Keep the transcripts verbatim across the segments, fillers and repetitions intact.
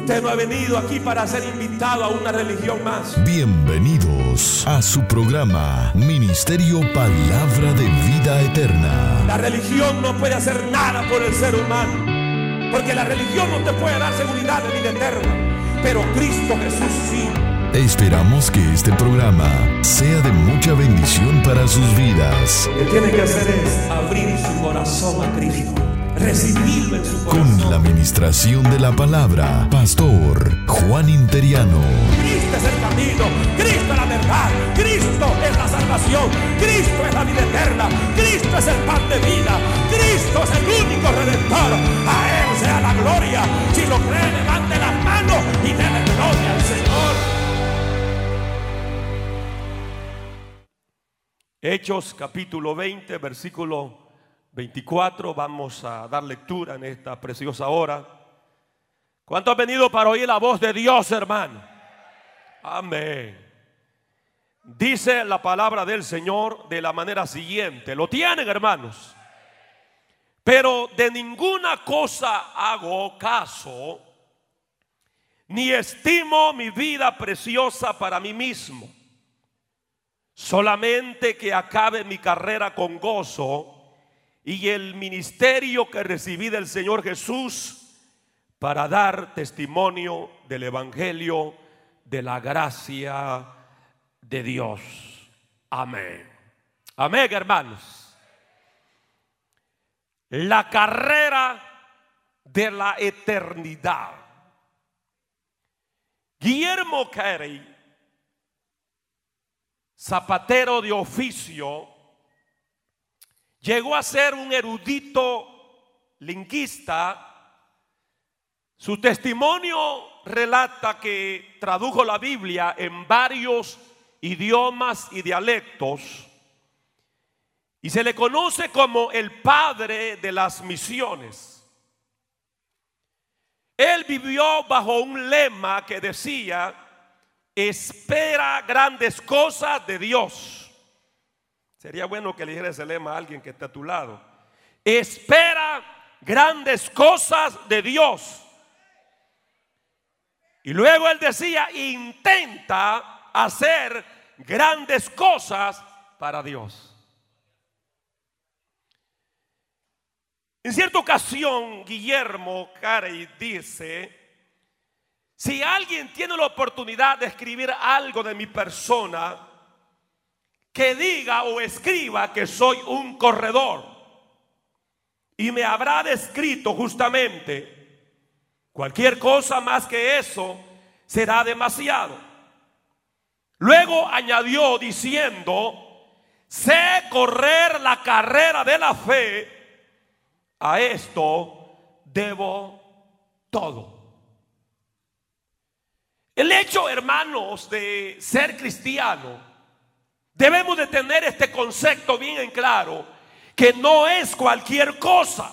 Usted no ha venido aquí para ser invitado a una religión más. Bienvenidos a su programa Ministerio Palabra de Vida Eterna. La religión no puede hacer nada por el ser humano, porque la religión no te puede dar seguridad de vida eterna, pero Cristo Jesús sí. Esperamos que este programa sea de mucha bendición para sus vidas. Lo que tiene que hacer es abrir su corazón a Cristo, recibirlo en su corazón. Con la ministración de la palabra, Pastor Juan Interiano. Cristo es el camino, Cristo es la verdad, Cristo es la salvación, Cristo es la vida eterna, Cristo es el pan de vida, Cristo es el único redentor. A Él sea la gloria. Si lo cree, levante las manos y déle gloria al Señor. Hechos capítulo veinte, versículo veinticuatro. Vamos a dar lectura en esta preciosa hora. ¿Cuántos han venido para oír la voz de Dios, hermano? Amén. Dice la palabra del Señor de la manera siguiente. ¿Lo tienen, hermanos? Pero de ninguna cosa hago caso, ni estimo mi vida preciosa para mí mismo, solamente que acabe mi carrera con gozo y el ministerio que recibí del Señor Jesús para dar testimonio del evangelio de la gracia de Dios. Amén. Amén, hermanos. La carrera de la eternidad. Guillermo Carey, zapatero de oficio, llegó a ser un erudito lingüista. Su testimonio relata que tradujo la Biblia en varios idiomas y dialectos y se le conoce como el padre de las misiones. Él vivió bajo un lema que decía: espera grandes cosas de Dios. Sería bueno que le dijera ese lema a alguien que está a tu lado. Espera grandes cosas de Dios. Y luego él decía: intenta hacer grandes cosas para Dios. En cierta ocasión, Guillermo Carey dice: si alguien tiene la oportunidad de escribir algo de mi persona, que diga o escriba que soy un corredor. Y me habrá descrito justamente. Cualquier cosa más que eso será demasiado. Luego añadió diciendo: sé correr la carrera de la fe. A esto debo todo. El hecho, hermanos, de ser cristiano, debemos de tener este concepto bien en claro, que no es cualquier cosa.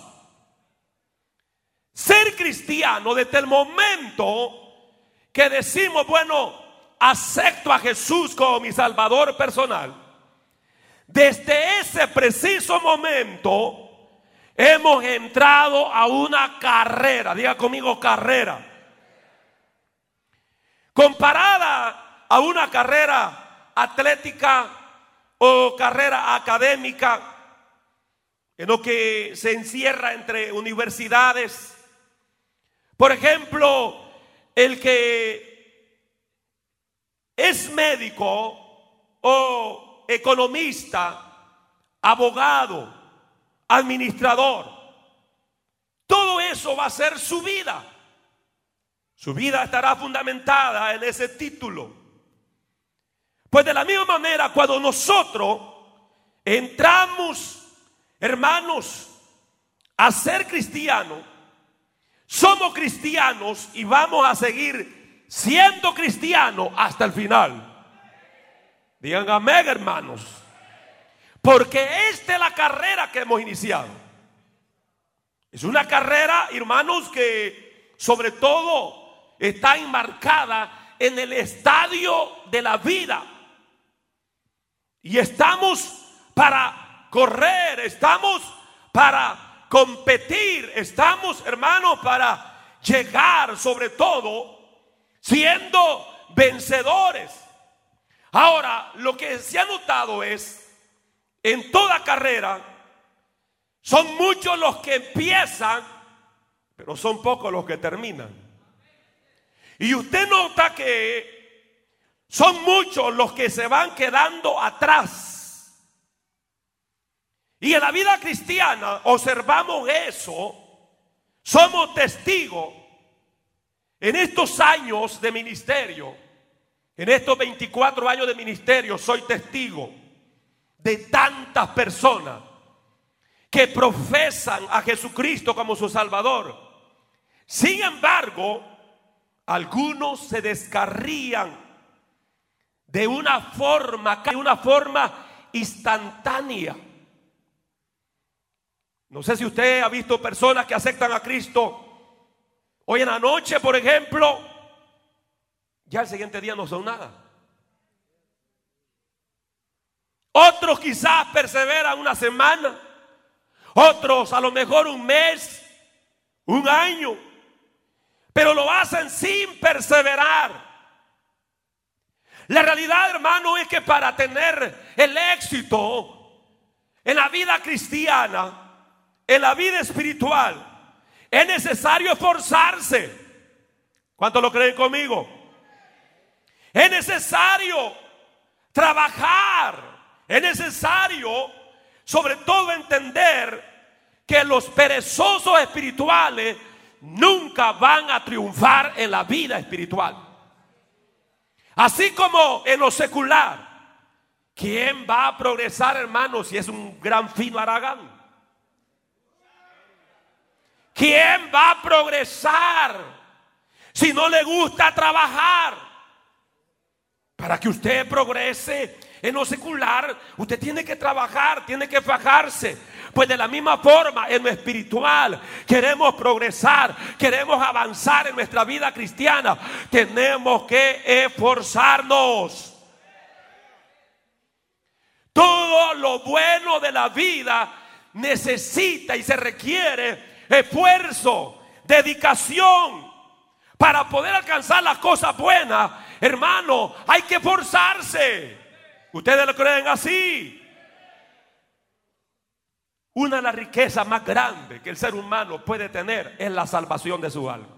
Ser cristiano, desde el momento que decimos, bueno, acepto a Jesús como mi Salvador personal, desde ese preciso momento hemos entrado a una carrera. Diga conmigo, carrera. Comparada a una carrera atlética o carrera académica, en lo que se encierra entre universidades. Por ejemplo, el que es médico o economista, abogado, administrador, todo eso va a ser su vida. Su vida estará fundamentada en ese título. Pues de la misma manera, cuando nosotros entramos, hermanos, a ser cristianos, somos cristianos y vamos a seguir siendo cristianos hasta el final. Digan amén, hermanos. Porque esta es la carrera que hemos iniciado. Es una carrera, hermanos, que sobre todo está enmarcada en el estadio de la vida. Y estamos para correr, estamos para competir, estamos, hermanos, para llegar, sobre todo siendo vencedores. Ahora, lo que se ha notado es, en toda carrera, son muchos los que empiezan, pero son pocos los que terminan. Y usted nota que son muchos los que se van quedando atrás. Y en la vida cristiana observamos eso. Somos testigos en estos años de ministerio. En estos veinticuatro años de ministerio soy testigo de tantas personas que profesan a Jesucristo como su Salvador. Sin embargo, algunos se descarrían de una forma, de una forma instantánea. No sé si usted ha visto personas que aceptan a Cristo hoy en la noche, por ejemplo, ya el siguiente día no son nada. Otros quizás perseveran una semana, otros a lo mejor un mes, un año, pero lo hacen sin perseverar. La realidad, hermano, es que para tener el éxito en la vida cristiana, en la vida espiritual, es necesario esforzarse. ¿Cuántos lo creen conmigo? Es necesario trabajar. Es necesario, sobre todo, entender que los perezosos espirituales nunca van a triunfar en la vida espiritual. Así como en lo secular, ¿quién va a progresar, hermano, si es un gran fino haragán? ¿Quién va a progresar si no le gusta trabajar? Para que usted progrese en lo secular, usted tiene que trabajar, tiene que fajarse. Pues de la misma forma, en lo espiritual, queremos progresar, queremos avanzar en nuestra vida cristiana, tenemos que esforzarnos. Todo lo bueno de la vida necesita y se requiere esfuerzo, dedicación. Para poder alcanzar las cosas buenas, hermano, hay que esforzarse. ¿Ustedes lo creen así? Una de las riquezas más grandes que el ser humano puede tener es la salvación de su alma.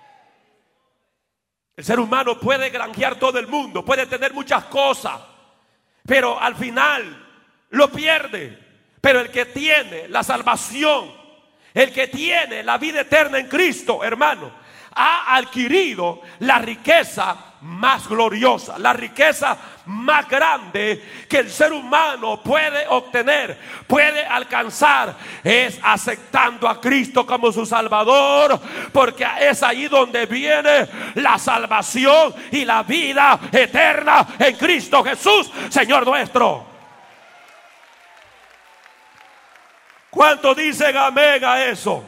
El ser humano puede granjear todo el mundo, puede tener muchas cosas, pero al final lo pierde. Pero el que tiene la salvación, el que tiene la vida eterna en Cristo, hermano, ha adquirido la riqueza más gloriosa, la riqueza más grande que el ser humano puede obtener, puede alcanzar, es aceptando a Cristo como su Salvador, porque es ahí donde viene la salvación y la vida eterna en Cristo Jesús, Señor nuestro. ¿Cuántos dicen amén a eso?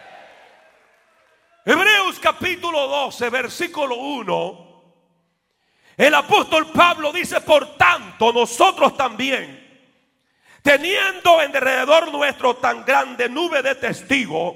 Hebreos capítulo doce, versículo uno. El apóstol Pablo dice: por tanto, nosotros también, teniendo en derredor nuestro tan grande nube de testigos,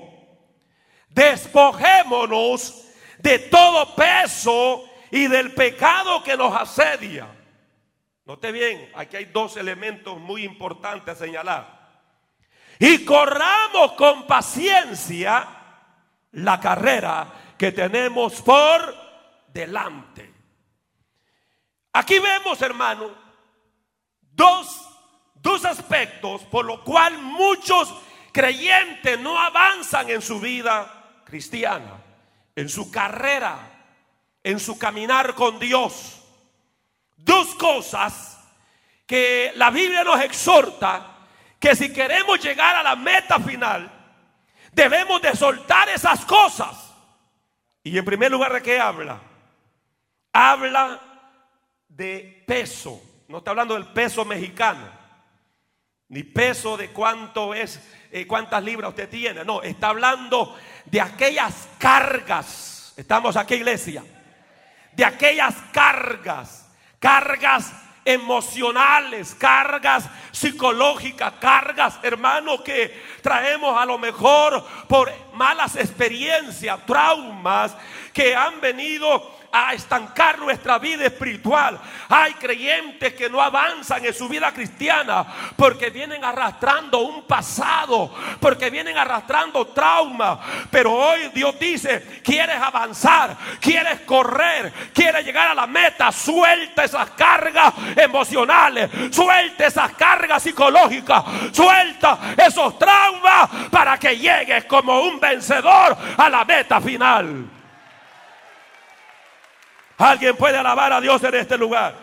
despojémonos de todo peso y del pecado que nos asedia. Note bien, aquí hay dos elementos muy importantes a señalar. Y corramos con paciencia la carrera que tenemos por delante. Aquí vemos, hermano, dos, dos aspectos por lo cual muchos creyentes no avanzan en su vida cristiana, en su carrera, en su caminar con Dios. Dos cosas que la Biblia nos exhorta, que si queremos llegar a la meta final, debemos de soltar esas cosas. Y en primer lugar, ¿de qué habla? Habla de peso. No está hablando del peso mexicano, ni peso de cuánto es, eh, cuántas libras usted tiene. No, está hablando de aquellas cargas. Estamos aquí, iglesia. De aquellas cargas, cargas emocionales, cargas psicológicas, cargas, hermano, que traemos a lo mejor por malas experiencias, traumas que han venido a estancar nuestra vida espiritual. Hay creyentes que no avanzan en su vida cristiana porque vienen arrastrando un pasado, porque vienen arrastrando trauma. Pero hoy Dios dice: quieres avanzar, quieres correr, quieres llegar a la meta, suelta esas cargas emocionales, suelta esas cargas psicológicas, suelta esos traumas para que llegues como un vencedor a la meta final. Alguien puede alabar a Dios en este lugar.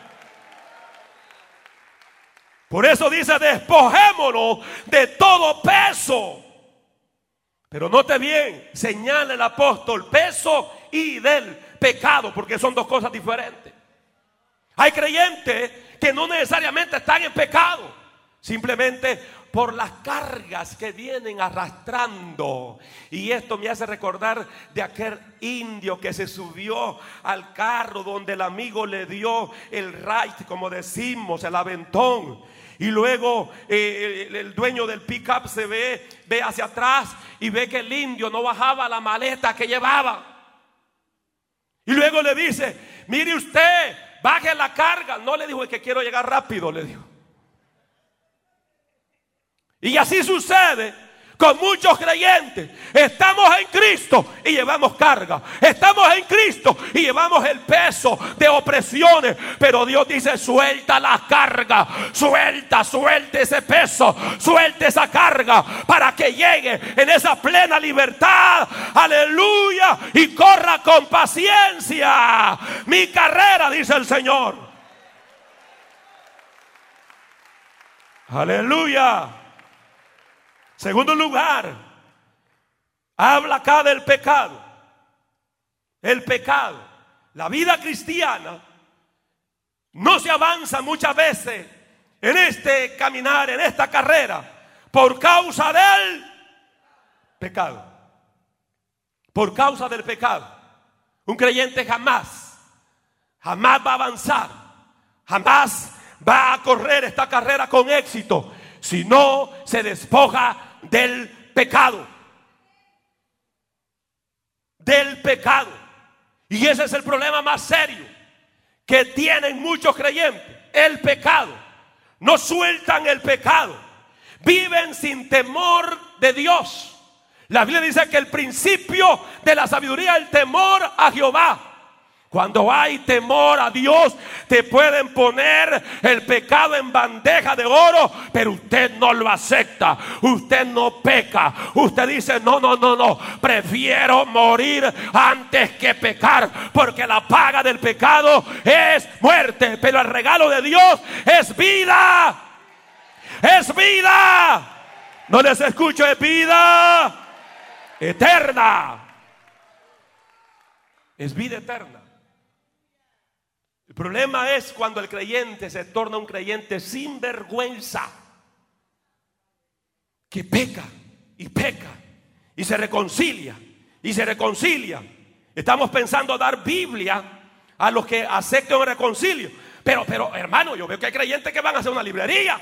Por eso dice: despojémonos de todo peso. Pero note bien, señala el apóstol, peso y del pecado, porque son dos cosas diferentes. Hay creyentes que no necesariamente están en pecado, simplemente por las cargas que vienen arrastrando. Y esto me hace recordar de aquel indio que se subió al carro donde el amigo le dio el ride, como decimos, el aventón. Y luego eh, el, el dueño del pick-up se ve, ve hacia atrás y ve que el indio no bajaba la maleta que llevaba. Y luego le dice: mire usted, baje la carga. No le dijo: es que quiero llegar rápido, le dijo. Y así sucede con muchos creyentes. Estamos en Cristo y llevamos carga. Estamos en Cristo y llevamos el peso de opresiones. Pero Dios dice: suelta la carga. Suelta, suelta ese peso. Suelta esa carga para que llegue en esa plena libertad. Aleluya. Y corra con paciencia mi carrera, dice el Señor. Aleluya. Segundo lugar, habla acá del pecado. El pecado. La vida cristiana no se avanza muchas veces en este caminar, en esta carrera, por causa del pecado. Por causa del pecado. Un creyente jamás, jamás va a avanzar, jamás va a correr esta carrera con éxito si no se despoja del pecado. Del pecado. Y ese es el problema más serio que tienen muchos creyentes: el pecado. No sueltan el pecado. Viven sin temor de Dios. La Biblia dice que el principio de la sabiduría es el temor a Jehová. Cuando hay temor a Dios, te pueden poner el pecado en bandeja de oro, pero usted no lo acepta. Usted no peca. Usted dice: no, no, no, no. Prefiero morir antes que pecar, porque la paga del pecado es muerte, pero el regalo de Dios es vida. Es vida. No les escucho. Es vida eterna. Es vida eterna. El problema es cuando el creyente se torna un creyente sin vergüenza, que peca y peca y se reconcilia y se reconcilia. Estamos pensando dar Biblia a los que acepten un reconcilio, pero, pero hermano, yo veo que hay creyentes que van a hacer una librería.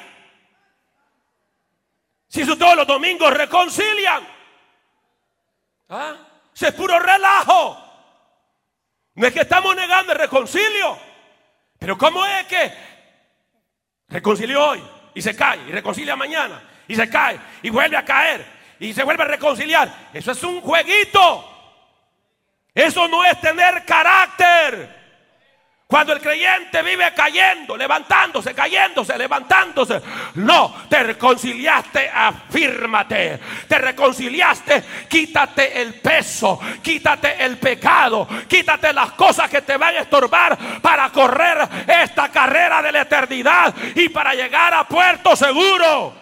Si eso todos los domingos reconcilian, ¿ah? Eso es puro relajo. No es que estamos negando el reconcilio, pero ¿cómo es que reconcilió hoy y se cae, y reconcilia mañana y se cae y vuelve a caer y se vuelve a reconciliar? Eso es un jueguito. Eso no es tener carácter. Cuando el creyente vive cayendo, levantándose, cayéndose, levantándose. No, te reconciliaste, afírmate. Te reconciliaste, quítate el peso, quítate el pecado, quítate las cosas que te van a estorbar para correr esta carrera de la eternidad y para llegar a puerto seguro.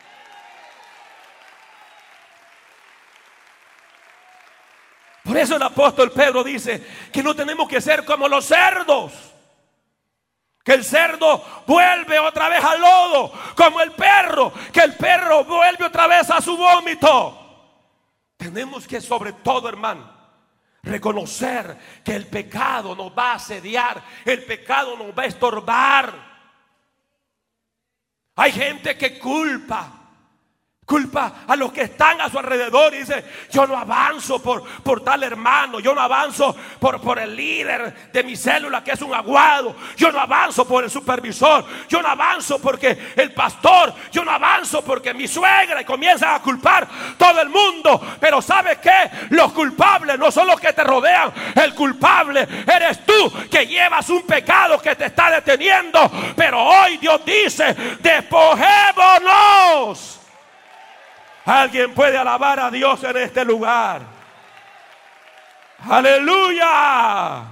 Por eso el apóstol Pedro dice que no tenemos que ser como los cerdos. Que el cerdo vuelve otra vez al lodo, como el perro, que el perro vuelve otra vez a su vómito. Tenemos que, sobre todo, hermano, reconocer que el pecado nos va a asediar, el pecado nos va a estorbar. Hay gente que culpa, culpa a los que están a su alrededor y dice: yo no avanzo por, por tal hermano, yo no avanzo por, por el líder de mi célula que es un aguado, yo no avanzo por el supervisor, yo no avanzo porque el pastor, yo no avanzo porque mi suegra, y comienzan a culpar todo el mundo. Pero ¿sabes qué? Los culpables no son los que te rodean, el culpable eres tú, que llevas un pecado que te está deteniendo. Pero hoy Dios dice: despojémonos. Alguien puede alabar a Dios en este lugar. Aleluya.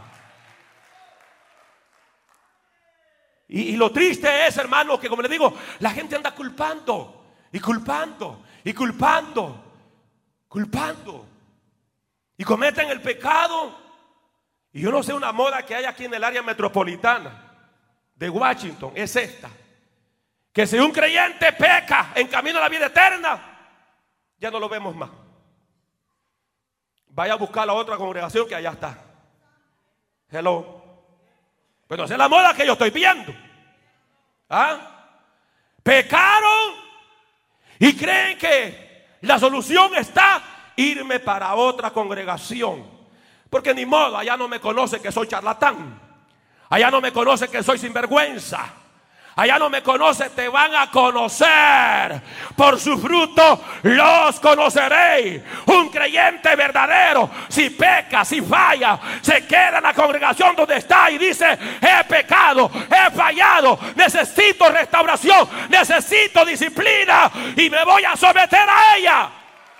Y, y lo triste es, hermano, que como le digo, la gente anda culpando y culpando y culpando, culpando, y cometen el pecado. Y yo no sé, una moda que hay aquí en el área metropolitana de Washington es esta: que si un creyente peca en camino a la vida eterna, ya no lo vemos más. Vaya a buscar la otra congregación que allá está. Hello. Bueno, esa es la moda que yo estoy viendo. ¿Ah? Pecaron y creen que la solución está irme para otra congregación. Porque ni modo, allá no me conoce que soy charlatán. Allá no me conoce que soy sinvergüenza. Allá no me conoce, te van a conocer. Por su fruto los conoceréis. Un creyente verdadero, si peca, si falla, se queda en la congregación donde está y dice: he pecado, he fallado, necesito restauración, necesito disciplina y me voy a someter a ella.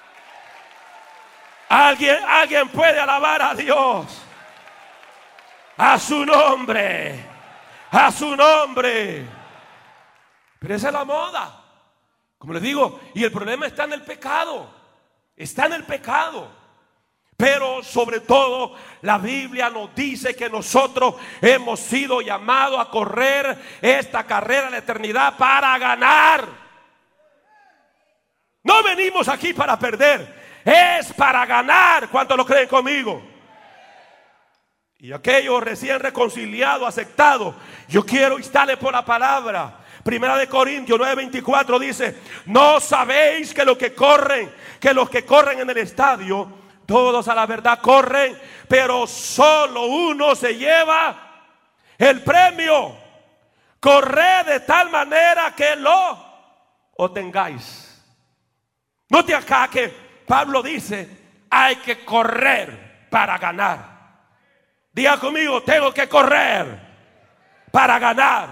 Alguien, alguien puede alabar a Dios. A su nombre. A su nombre. Pero esa es la moda, como les digo. Y el problema está en el pecado. Está en el pecado. Pero sobre todo la Biblia nos dice que nosotros hemos sido llamados a correr esta carrera de la eternidad para ganar. No venimos aquí para perder, es para ganar. ¿Cuántos lo creen conmigo? Y aquellos recién reconciliados, aceptados, yo quiero instarle por la palabra. Primera de Corintios nueve veinticuatro dice: ¿no sabéis que los que corren, que los que corren en el estadio, todos a la verdad corren, pero solo uno se lleva el premio? Corred de tal manera que lo obtengáis. Note acá que Pablo dice: hay que correr para ganar. Diga conmigo: tengo que correr para ganar.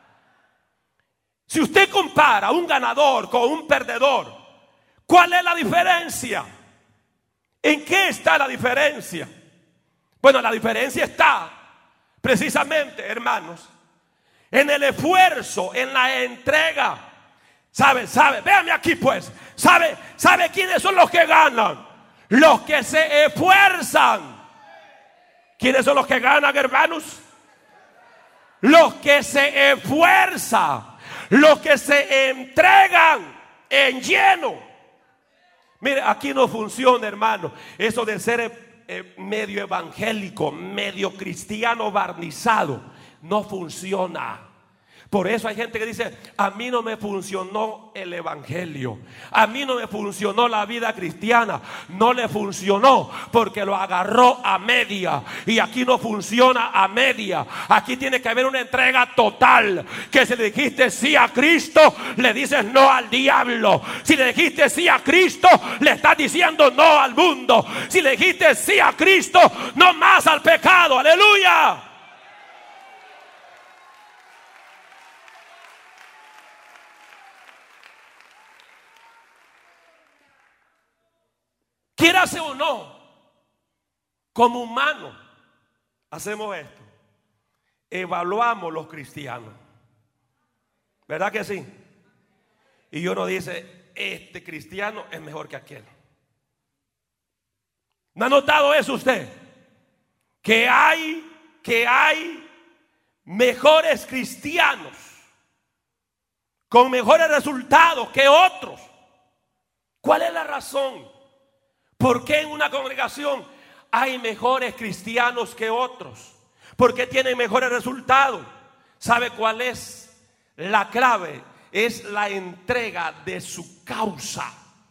Si usted compara un ganador con un perdedor, ¿cuál es la diferencia? ¿En qué está la diferencia? Bueno, la diferencia está precisamente, hermanos, en el esfuerzo, en la entrega. ¿Sabe? ¿Sabe? Véame aquí pues. ¿Sabe? ¿Sabe quiénes son los que ganan? Los que se esfuerzan. ¿Quiénes son los que ganan, hermanos? Los que se esfuerzan. Los que se entregan en lleno. Mire, aquí no funciona, hermano, eso de ser eh, medio evangélico, medio cristiano barnizado. No funciona. Por eso hay gente que dice: a mí no me funcionó el evangelio, a mí no me funcionó la vida cristiana. No le funcionó porque lo agarró a media. Y aquí no funciona a media. Aquí tiene que haber una entrega total. Que si le dijiste sí a Cristo, le dices no al diablo. Si le dijiste sí a Cristo, le estás diciendo no al mundo. Si le dijiste sí a Cristo, no más al pecado. Aleluya. Quierase o no, como humanos hacemos esto. Evaluamos los cristianos. ¿Verdad que sí? Y uno dice: este cristiano es mejor que aquel. ¿No ha notado eso usted? Que hay, que hay mejores cristianos con mejores resultados que otros. ¿Cuál es la razón? ¿Por qué en una congregación hay mejores cristianos que otros? ¿Por qué tienen mejores resultados? ¿Sabe cuál es la clave? es la entrega de su causa.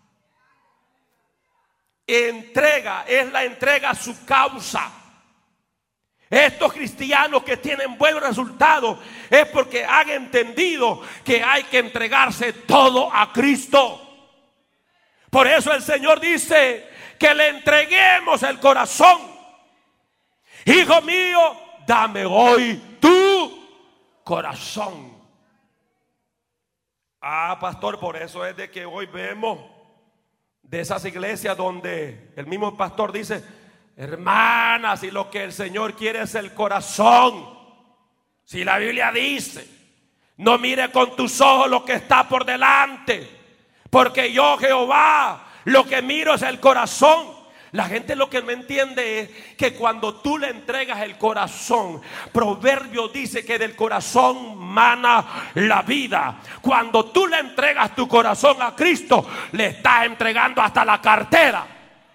Entrega es la entrega a su causa. Estos cristianos que tienen buenos resultados es porque han entendido que hay que entregarse todo a Cristo. Por eso el Señor dice que le entreguemos el corazón. Hijo mío, dame hoy tu corazón. Ah, pastor, por eso es de que hoy vemos de esas iglesias donde el mismo pastor dice: hermanas, si lo que el Señor quiere es el corazón. Si la Biblia dice: no mire con tus ojos lo que está por delante, porque yo, Jehová, lo que miro es el corazón. La gente lo que no entiende es que cuando tú le entregas el corazón, Proverbio dice que del corazón mana la vida. Cuando tú le entregas tu corazón a Cristo, le estás entregando hasta la cartera.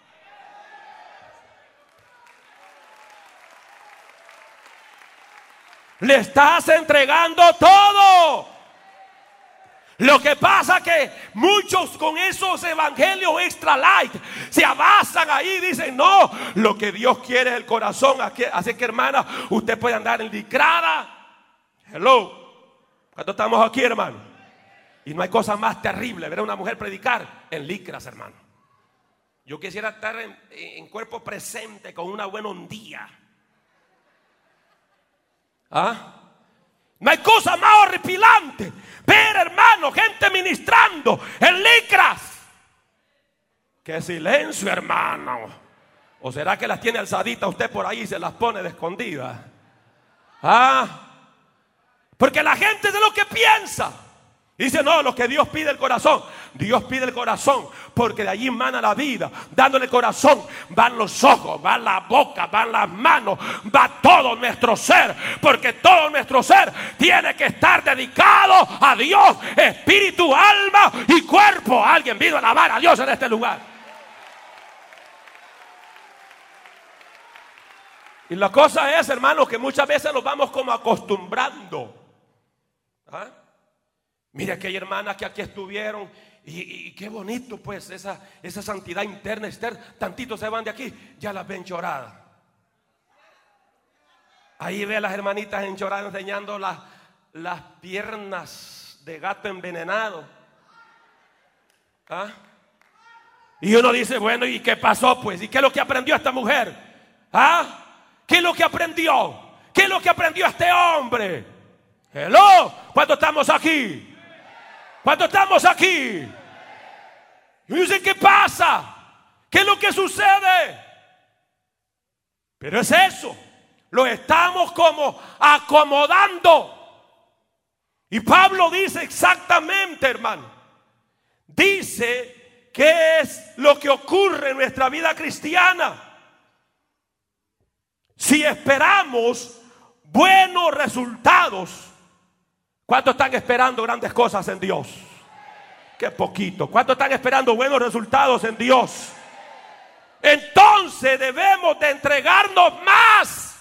Le estás entregando todo. Lo que pasa que muchos con esos evangelios extra light se abasan ahí y dicen: no, lo que Dios quiere es el corazón. Así que, hermana, usted puede andar en licrada. Hello. ¿Cuántos estamos aquí, hermano? Y no hay cosa más terrible ver a una mujer predicar en licras, hermano. Yo quisiera estar en, en cuerpo presente con una buena ondía. ¿Ah? No hay cosa más horripilante ver, hermano, gente ministrando en licras. ¡Qué silencio, hermano! ¿O será que las tiene alzaditas usted por ahí y se las pone de escondida? ¿Ah? Porque la gente es de lo que piensa. Dice: no, lo que Dios pide el corazón. Dios pide el corazón porque de allí emana la vida. Dándole el corazón van los ojos, van la boca, van las manos, va todo nuestro ser. Porque todo nuestro ser tiene que estar dedicado a Dios, espíritu, alma y cuerpo. Alguien vino a alabar a Dios en este lugar. Y la cosa es, hermano, que muchas veces nos vamos como acostumbrando. ¿Ah? Mira, aquella hermana que aquí estuvieron y, y, y qué bonito pues esa, esa santidad interna, externa. Tantito se van de aquí, ya las ven choradas. Ahí ve a las hermanitas enchoradas enseñando las, las piernas de gato envenenado. ¿Ah? Y uno dice: bueno, ¿y qué pasó pues? ¿Y qué es lo que aprendió esta mujer? ¿Ah? ¿Qué es lo que aprendió? ¿Qué es lo que aprendió este hombre? Hello, ¿cuántos estamos aquí? ¿Cuántos estamos aquí? Y dicen: ¿qué pasa? ¿Qué es lo que sucede? Pero es eso. Lo estamos como acomodando. Y Pablo dice exactamente, hermano. Dice qué es lo que ocurre en nuestra vida cristiana. Si esperamos buenos resultados. ¿Cuántos están esperando grandes cosas en Dios? Qué poquito. ¿Cuántos están esperando buenos resultados en Dios? Entonces debemos de entregarnos más.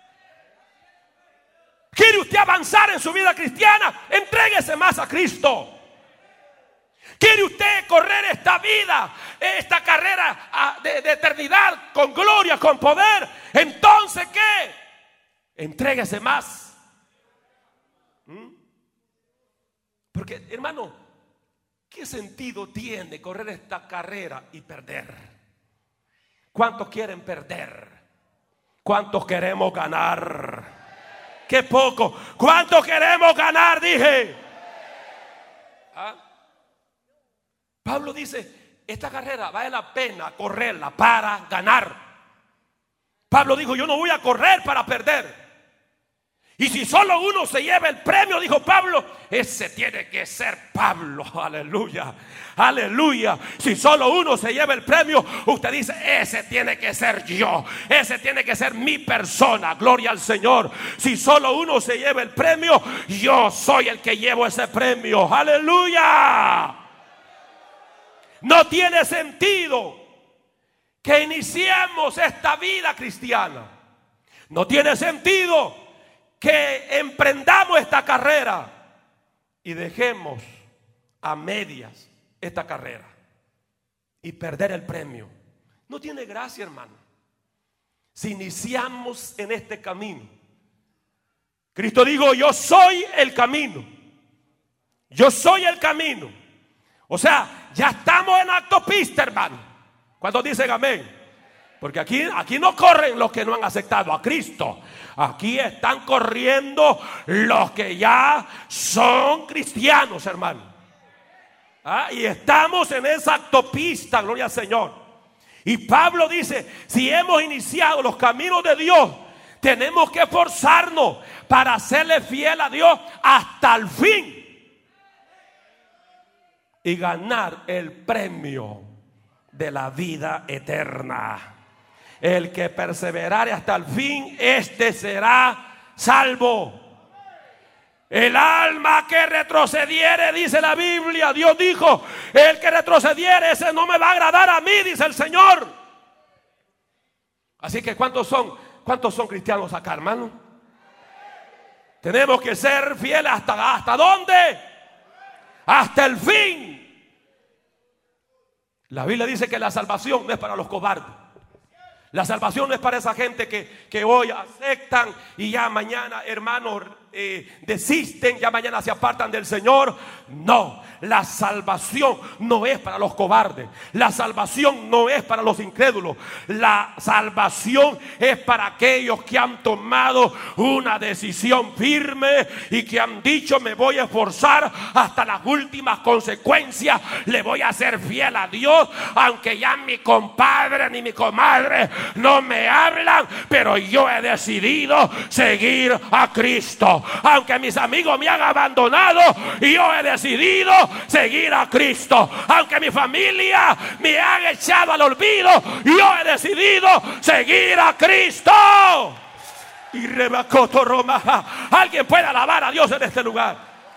¿Quiere usted avanzar en su vida cristiana? Entréguese más a Cristo. ¿Quiere usted correr esta vida, esta carrera de, de eternidad con gloria, con poder? Entonces, ¿qué? Entréguese más. ¿Mm? Porque, hermano, ¿qué sentido tiene correr esta carrera y perder? ¿Cuántos quieren perder? ¿Cuántos queremos ganar? ¡Qué poco! ¿Cuántos queremos ganar? Dije. ¿Ah? Pablo dice: esta carrera vale la pena correrla para ganar. Pablo dijo: yo no voy a correr para perder. Y si solo uno se lleva el premio, dijo Pablo, ese tiene que ser Pablo. Aleluya, aleluya. Si solo uno se lleva el premio, usted dice: ese tiene que ser yo, ese tiene que ser mi persona. Gloria al Señor. Si solo uno se lleva el premio, yo soy el que llevo ese premio. Aleluya. No tiene sentido que iniciemos esta vida cristiana. No tiene sentido que emprendamos esta carrera y dejemos a medias esta carrera y perder el premio. No tiene gracia, hermano. Si iniciamos en este camino, Cristo dijo: yo soy el camino, yo soy el camino. O sea, ya estamos en la autopista, hermano. ¿Cuántos dicen amén? Porque aquí, aquí no corren los que no han aceptado a Cristo. Aquí están corriendo los que ya son cristianos, hermano. ¿Ah? Y estamos en esa autopista, gloria al Señor. Y Pablo dice: si hemos iniciado los caminos de Dios, tenemos que esforzarnos para serle fiel a Dios hasta el fin y ganar el premio de la vida eterna. El que perseverare hasta el fin, este será salvo. El alma que retrocediere, dice la Biblia, Dios dijo: el que retrocediere, ese no me va a agradar a mí, dice el Señor. Así que ¿cuántos son, cuántos son cristianos acá, hermano? Tenemos que ser fieles hasta, ¿hasta dónde? Hasta el fin. La Biblia dice que la salvación no es para los cobardes. La salvación no es para esa gente que, que hoy aceptan y ya mañana, hermanos, eh, desisten, ya mañana se apartan del Señor. No, la salvación no es para los cobardes. La salvación no es para los incrédulos. La salvación es para aquellos que han tomado una decisión firme y que han dicho: me voy a esforzar hasta las últimas consecuencias. Le voy a ser fiel a Dios, aunque ya mi compadre ni mi comadre no me hablan, pero yo he decidido seguir a Cristo. Aunque mis amigos me han abandonado, yo he decidido seguir a Cristo. Aunque mi familia me han echado al olvido, yo he decidido seguir a Cristo. Y rebacoto Roma. Alguien puede alabar a Dios en este lugar.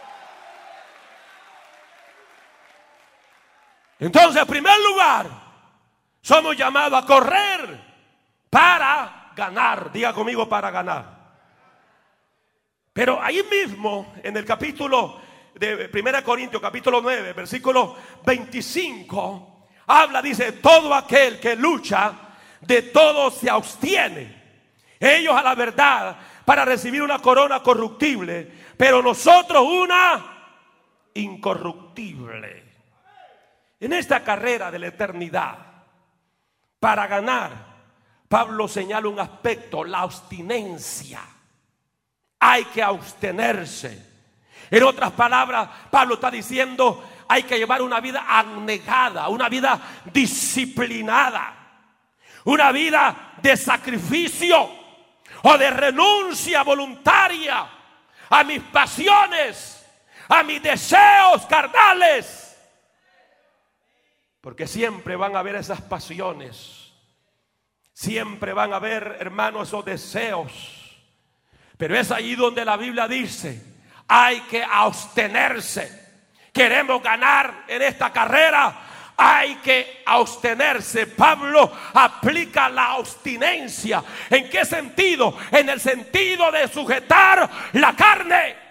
Entonces, en primer lugar, somos llamados a correr para ganar. Diga conmigo: para ganar. Pero ahí mismo, en el capítulo de primera Corintios, capítulo nueve, versículo veinticinco, habla, dice: todo aquel que lucha, de todo se abstiene. Ellos a la verdad para recibir una corona corruptible, pero nosotros una incorruptible. En esta carrera de la eternidad, para ganar, Pablo señala un aspecto: la abstinencia. Hay que abstenerse. En otras palabras, Pablo está diciendo: hay que llevar una vida abnegada, una vida disciplinada, una vida de sacrificio o de renuncia voluntaria a mis pasiones, a mis deseos carnales. Porque siempre van a haber esas pasiones, siempre van a haber, hermanos, esos deseos. Pero es ahí donde la Biblia dice: hay que abstenerse. Queremos ganar en esta carrera, hay que abstenerse. Pablo aplica la abstinencia. ¿En qué sentido? En el sentido de sujetar la carne.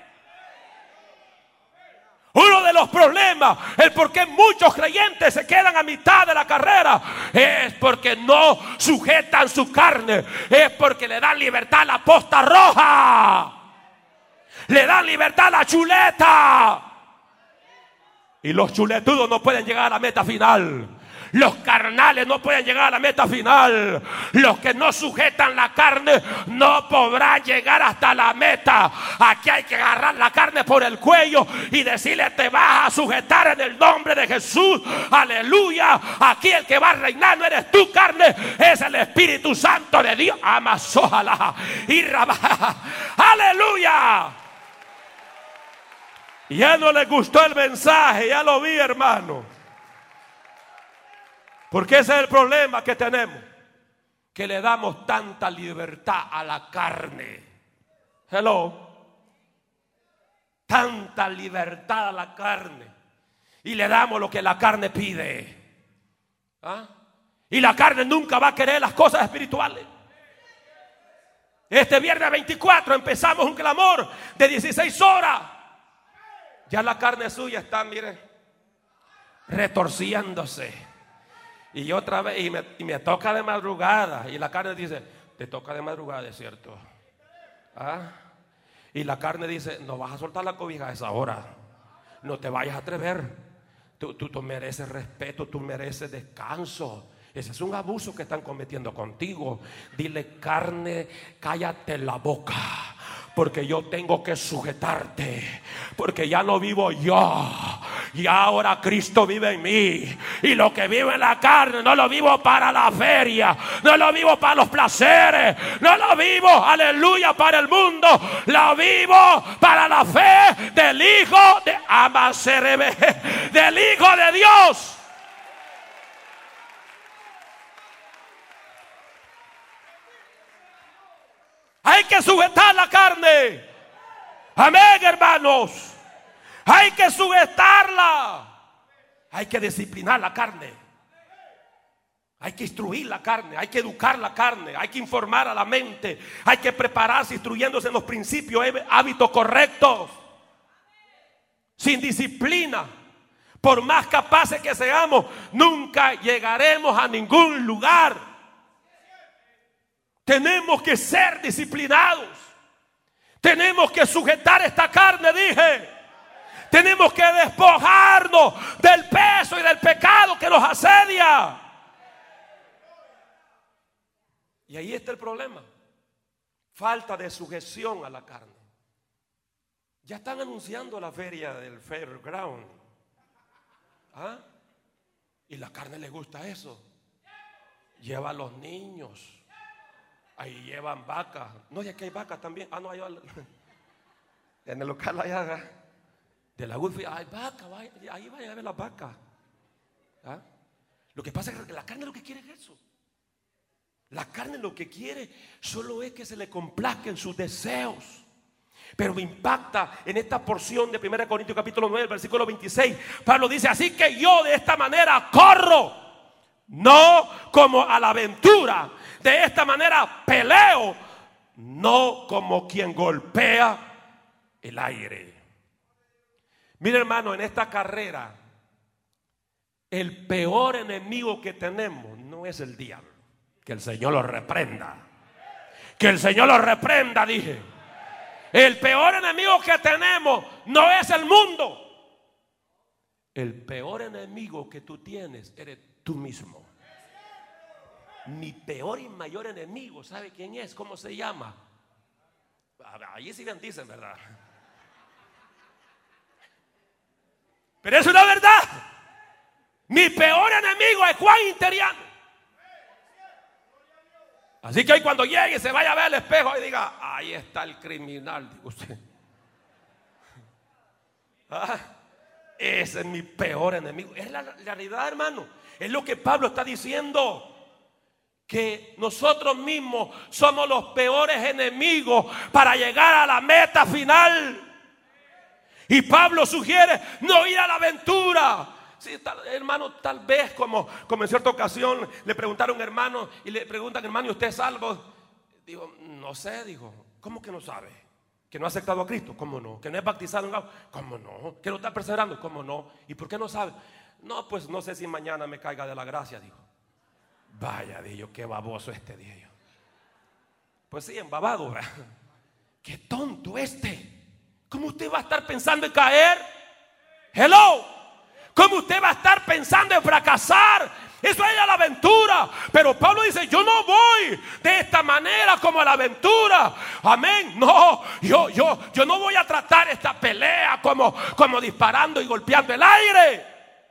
Uno de los problemas, el por qué muchos creyentes se quedan a mitad de la carrera, es porque no sujetan su carne. Es porque le dan libertad a la posta roja, le dan libertad a la chuleta. Y los chuletudos no pueden llegar a la meta final. Los carnales no pueden llegar a la meta final. Los que no sujetan la carne no podrán llegar hasta la meta. Aquí hay que agarrar la carne por el cuello y decirle: te vas a sujetar en el nombre de Jesús. Aleluya. Aquí el que va a reinar no eres tú, carne, es el Espíritu Santo de Dios. Amasójala y rabaja. Aleluya. Ya no les gustó el mensaje, ya lo vi, hermano. Porque ese es el problema que tenemos, que le damos tanta libertad a la carne. Hello. Tanta libertad a la carne. Y le damos lo que la carne pide. ¿Ah? Y la carne nunca va a querer las cosas espirituales. Este viernes veinticuatro empezamos un clamor de dieciséis horas. Ya la carne suya está, mire, retorciéndose. Y otra vez, y me, y me toca de madrugada. Y la carne dice, te toca de madrugada, es cierto. ¿Ah? Y la carne dice, no vas a soltar la cobija a esa hora. No te vayas a atrever. Tú, tú, tú mereces respeto, tú mereces descanso. Ese es un abuso que están cometiendo contigo. Dile, carne, cállate la boca, porque yo tengo que sujetarte, porque ya no vivo yo, y ahora Cristo vive en mí. Y lo que vivo en la carne no lo vivo para la feria, no lo vivo para los placeres, no lo vivo, aleluya, para el mundo. Lo vivo para la fe del Hijo de Amaserebe, del Hijo de Dios. Hay que sujetar la carne. Amén, hermanos. Hay que sujetarla. Hay que disciplinar la carne. Hay que instruir la carne. Hay que educar la carne. Hay que informar a la mente. Hay que prepararse instruyéndose en los principios, hábitos correctos. Sin disciplina, por más capaces que seamos, nunca llegaremos a ningún lugar. Tenemos que ser disciplinados. Tenemos que sujetar esta carne, dije. Tenemos que despojarnos del peso y del pecado que nos asedia. Y ahí está el problema. Falta de sujeción a la carne. Ya están anunciando la feria del Fairground. ¿Ah? Y la carne le gusta eso. Lleva a los niños. Ahí llevan vacas. No, y aquí hay vacas también. Ah, no, hay en el local allá de la Woodfield hay vacas. Ahí vayan a ver las vacas. ¿Ah? Lo que pasa es que la carne lo que quiere es eso. La carne lo que quiere solo es que se le complazcan sus deseos. Pero me impacta en esta porción de primera Corintios capítulo nueve, versículo veintiséis. Pablo dice, así que yo de esta manera corro, no como a la aventura. De esta manera peleo, no como quien golpea el aire. Mira, hermano, en esta carrera, el peor enemigo que tenemos no es el diablo. Que el Señor lo reprenda. Que el Señor lo reprenda, dije. El peor enemigo que tenemos no es el mundo. El peor enemigo que tú tienes eres tú mismo. Mi peor y mayor enemigo, ¿sabe quién es? ¿Cómo se llama? Allí sí dicen, ¿verdad? Pero es una verdad. Mi peor enemigo es Juan Interiano. Así que hoy cuando llegue se vaya a ver al espejo y diga, ahí está el criminal, digo usted. ¿Ah? Ese es mi peor enemigo. Es la, la realidad, hermano. Es lo que Pablo está diciendo. Que nosotros mismos somos los peores enemigos para llegar a la meta final. Y Pablo sugiere no ir a la aventura. Sí, tal, hermano, tal vez como, como en cierta ocasión le preguntaron a un hermano y le preguntan, hermano, ¿y usted es salvo? Digo, no sé, dijo. ¿Cómo que no sabe? ¿Que no ha aceptado a Cristo? ¿Cómo no? ¿Que no es bautizado en agua? ¿Cómo no? ¿Que no está perseverando? ¿Cómo no? ¿Y por qué no sabe? No, pues no sé si mañana me caiga de la gracia, dijo. Vaya, dije yo, qué baboso este, dije yo. Pues sí, embabado, ¿verdad? Qué tonto este. ¿Cómo usted va a estar pensando en caer? Hello. ¿Cómo usted va a estar pensando en fracasar? Eso es a la aventura. Pero Pablo dice, yo no voy de esta manera como a la aventura. Amén. No, yo, yo, yo no voy a tratar esta pelea como, como disparando y golpeando el aire.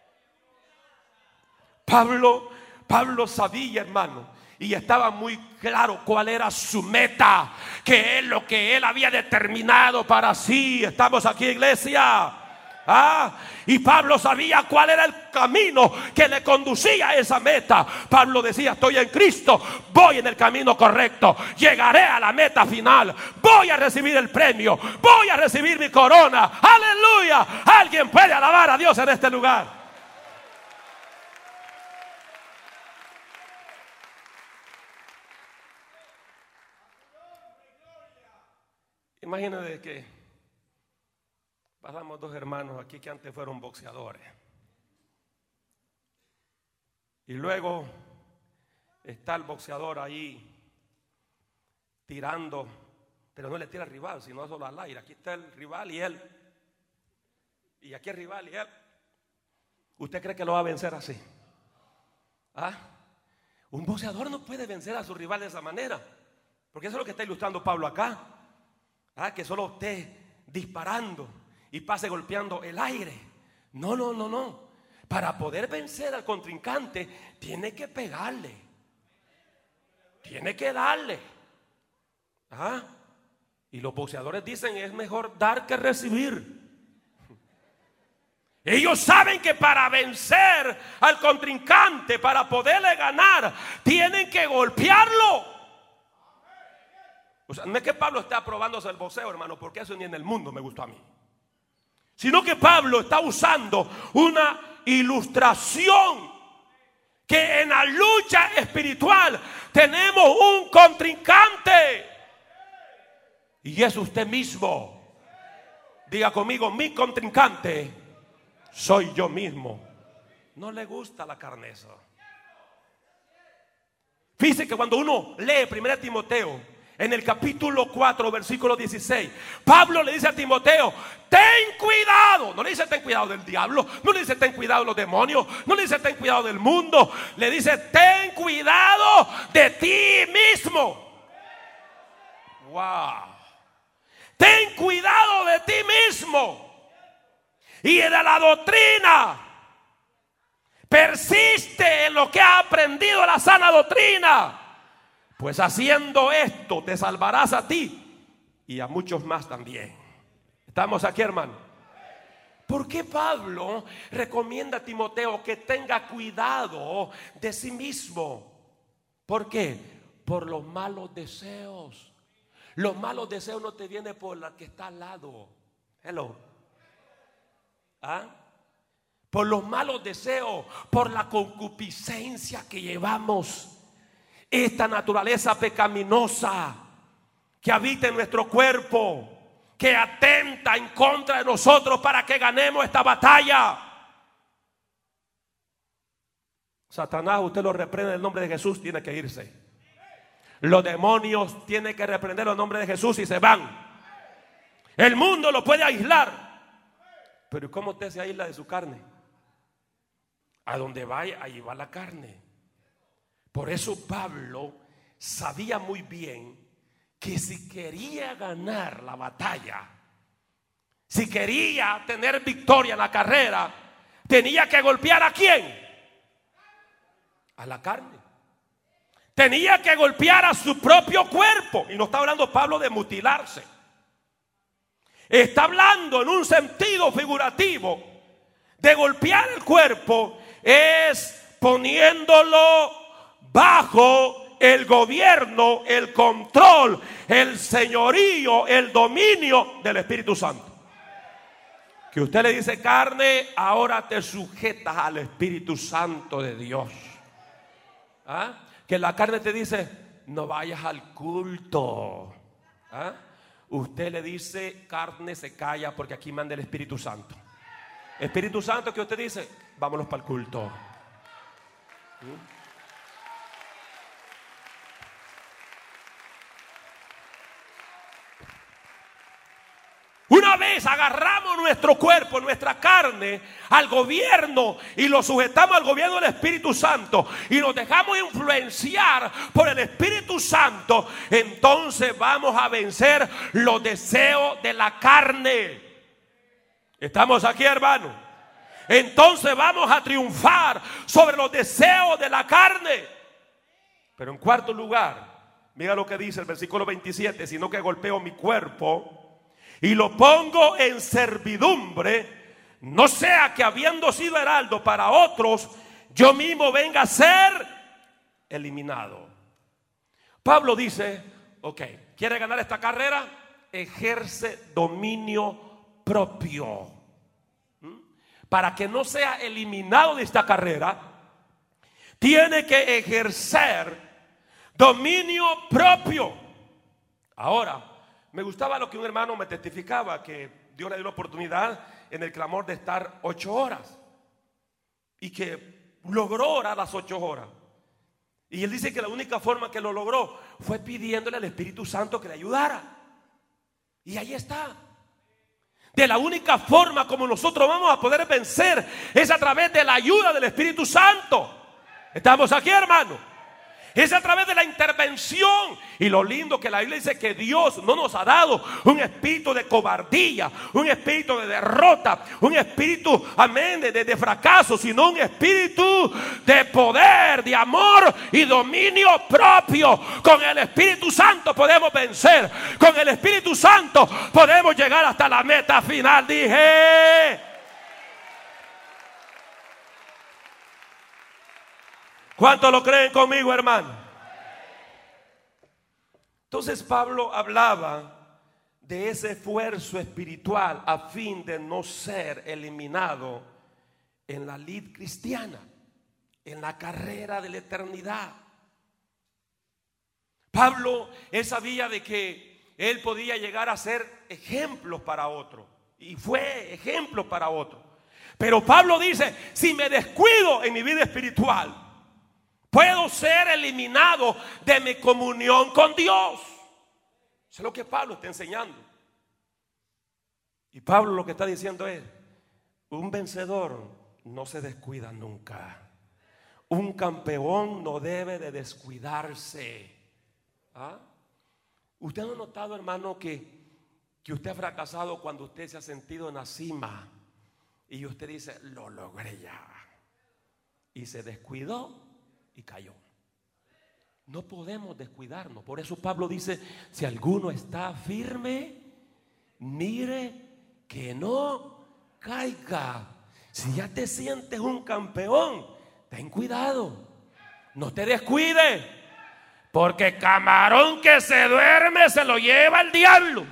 Pablo Pablo sabía, hermano, y estaba muy claro cuál era su meta, que es lo que él había determinado para sí. Estamos aquí, iglesia. Ah, y Pablo sabía cuál era el camino que le conducía a esa meta. Pablo decía, estoy en Cristo, voy en el camino correcto, llegaré a la meta final, voy a recibir el premio, voy a recibir mi corona. Aleluya. Alguien puede alabar a Dios en este lugar. Imagínate que Pasamos dos hermanos aquí que antes fueron boxeadores. Y luego está el boxeador ahí tirando, pero no le tira al rival, sino solo al aire. Aquí está el rival y él. Y aquí el rival y él. ¿Usted cree que lo va a vencer así? ¿Ah? Un boxeador no puede vencer a su rival de esa manera, porque eso es lo que está ilustrando Pablo acá. ¿Ah? Que solo esté disparando y pase golpeando el aire. No, no, no, no. Para poder vencer al contrincante tiene que pegarle, tiene que darle. ¿Ah? Y los boxeadores dicen: es mejor dar que recibir. Ellos saben que para vencer al contrincante, para poderle ganar, tienen que golpearlo. O sea, no es que Pablo esté aprobándose el boxeo, hermano, porque eso ni en el mundo me gustó a mí, sino que Pablo está usando una ilustración que en la lucha espiritual tenemos un contrincante, y es usted mismo. Diga conmigo: mi contrincante soy yo mismo. No le gusta la carne eso. Fíjese que cuando uno lee primera Timoteo, en el capítulo cuatro, versículo dieciséis, Pablo le dice a Timoteo: ten cuidado. No le dice ten cuidado del diablo, no le dice ten cuidado de los demonios, no le dice ten cuidado del mundo. Le dice: ten cuidado de ti mismo. Wow. Ten cuidado de ti mismo y de la doctrina. Persiste en lo que ha aprendido, la sana doctrina, pues haciendo esto te salvarás a ti y a muchos más también. ¿Estamos aquí, hermano? ¿Por qué Pablo recomienda a Timoteo que tenga cuidado de sí mismo? ¿Por qué? Por los malos deseos. Los malos deseos no te vienen por la que está al lado. Hello. ¿Ah? Por los malos deseos, por la concupiscencia que llevamos, esta naturaleza pecaminosa que habita en nuestro cuerpo, que atenta en contra de nosotros para que ganemos esta batalla. Satanás, usted lo reprende en el nombre de Jesús, tiene que irse. Los demonios tienen que reprender en el nombre de Jesús y se van. El mundo lo puede aislar, pero ¿cómo usted se aísla de su carne? A donde vaya, ahí va la carne. Por eso Pablo sabía muy bien que si quería ganar la batalla, si quería tener victoria en la carrera, tenía que golpear ¿a quién? A la carne. Tenía que golpear a su propio cuerpo. Y no está hablando Pablo de mutilarse. Está hablando en un sentido figurativo de golpear el cuerpo, es poniéndolo bajo el gobierno, el control, el señorío, el dominio del Espíritu Santo. Que usted le dice: carne, ahora te sujetas al Espíritu Santo de Dios. ¿Ah? Que la carne te dice: no vayas al culto. ¿Ah? Usted le dice: carne, se calla, porque aquí manda el Espíritu Santo. Espíritu Santo, que usted dice: vámonos para el culto. ¿Mm? Una vez agarramos nuestro cuerpo, nuestra carne, al gobierno y lo sujetamos al gobierno del Espíritu Santo y nos dejamos influenciar por el Espíritu Santo, entonces vamos a vencer los deseos de la carne. ¿Estamos aquí, hermano? Entonces vamos a triunfar sobre los deseos de la carne. Pero en cuarto lugar, mira lo que dice el versículo veintisiete: sino que golpeo mi cuerpo y lo pongo en servidumbre, no sea que habiendo sido heraldo para otros, yo mismo venga a ser eliminado. Pablo dice: ok, ¿quiere ganar esta carrera? Ejerce dominio propio. ¿Mm? Para que no sea eliminado de esta carrera, tiene que ejercer dominio propio. Ahora, me gustaba lo que un hermano me testificaba, que Dios le dio la oportunidad en el clamor de estar ocho horas. Y que logró orar las ocho horas. Y él dice que la única forma que lo logró fue pidiéndole al Espíritu Santo que le ayudara. Y ahí está. De la única forma como nosotros vamos a poder vencer es a través de la ayuda del Espíritu Santo. ¿Estamos aquí, hermano? Es a través de la intervención. Y lo lindo que la Biblia dice que Dios no nos ha dado un espíritu de cobardía, un espíritu de derrota, un espíritu, amén, de, de fracaso, sino un espíritu de poder, de amor y dominio propio. Con el Espíritu Santo podemos vencer. Con el Espíritu Santo podemos llegar hasta la meta final. Dije. ¿Cuántos lo creen conmigo, hermano? Entonces Pablo hablaba de ese esfuerzo espiritual a fin de no ser eliminado en la lid cristiana, en la carrera de la eternidad. Pablo, él sabía de que él podía llegar a ser ejemplos para otros, y fue ejemplo para otros. Pero Pablo dice, si me descuido en mi vida espiritual, puedo ser eliminado de mi comunión con Dios. Eso es lo que Pablo está enseñando. Y Pablo lo que está diciendo es, un vencedor no se descuida nunca. Un campeón no debe de descuidarse. ¿Ah? ¿Usted no ha notado, hermano, que, que usted ha fracasado cuando usted se ha sentido en la cima y usted dice, lo logré ya, y se descuidó y cayó? No podemos descuidarnos. Por eso Pablo dice, si alguno está firme, mire que no caiga. Si ya te sientes un campeón, ten cuidado, no te descuides, porque camarón que se duerme se lo lleva el diablo.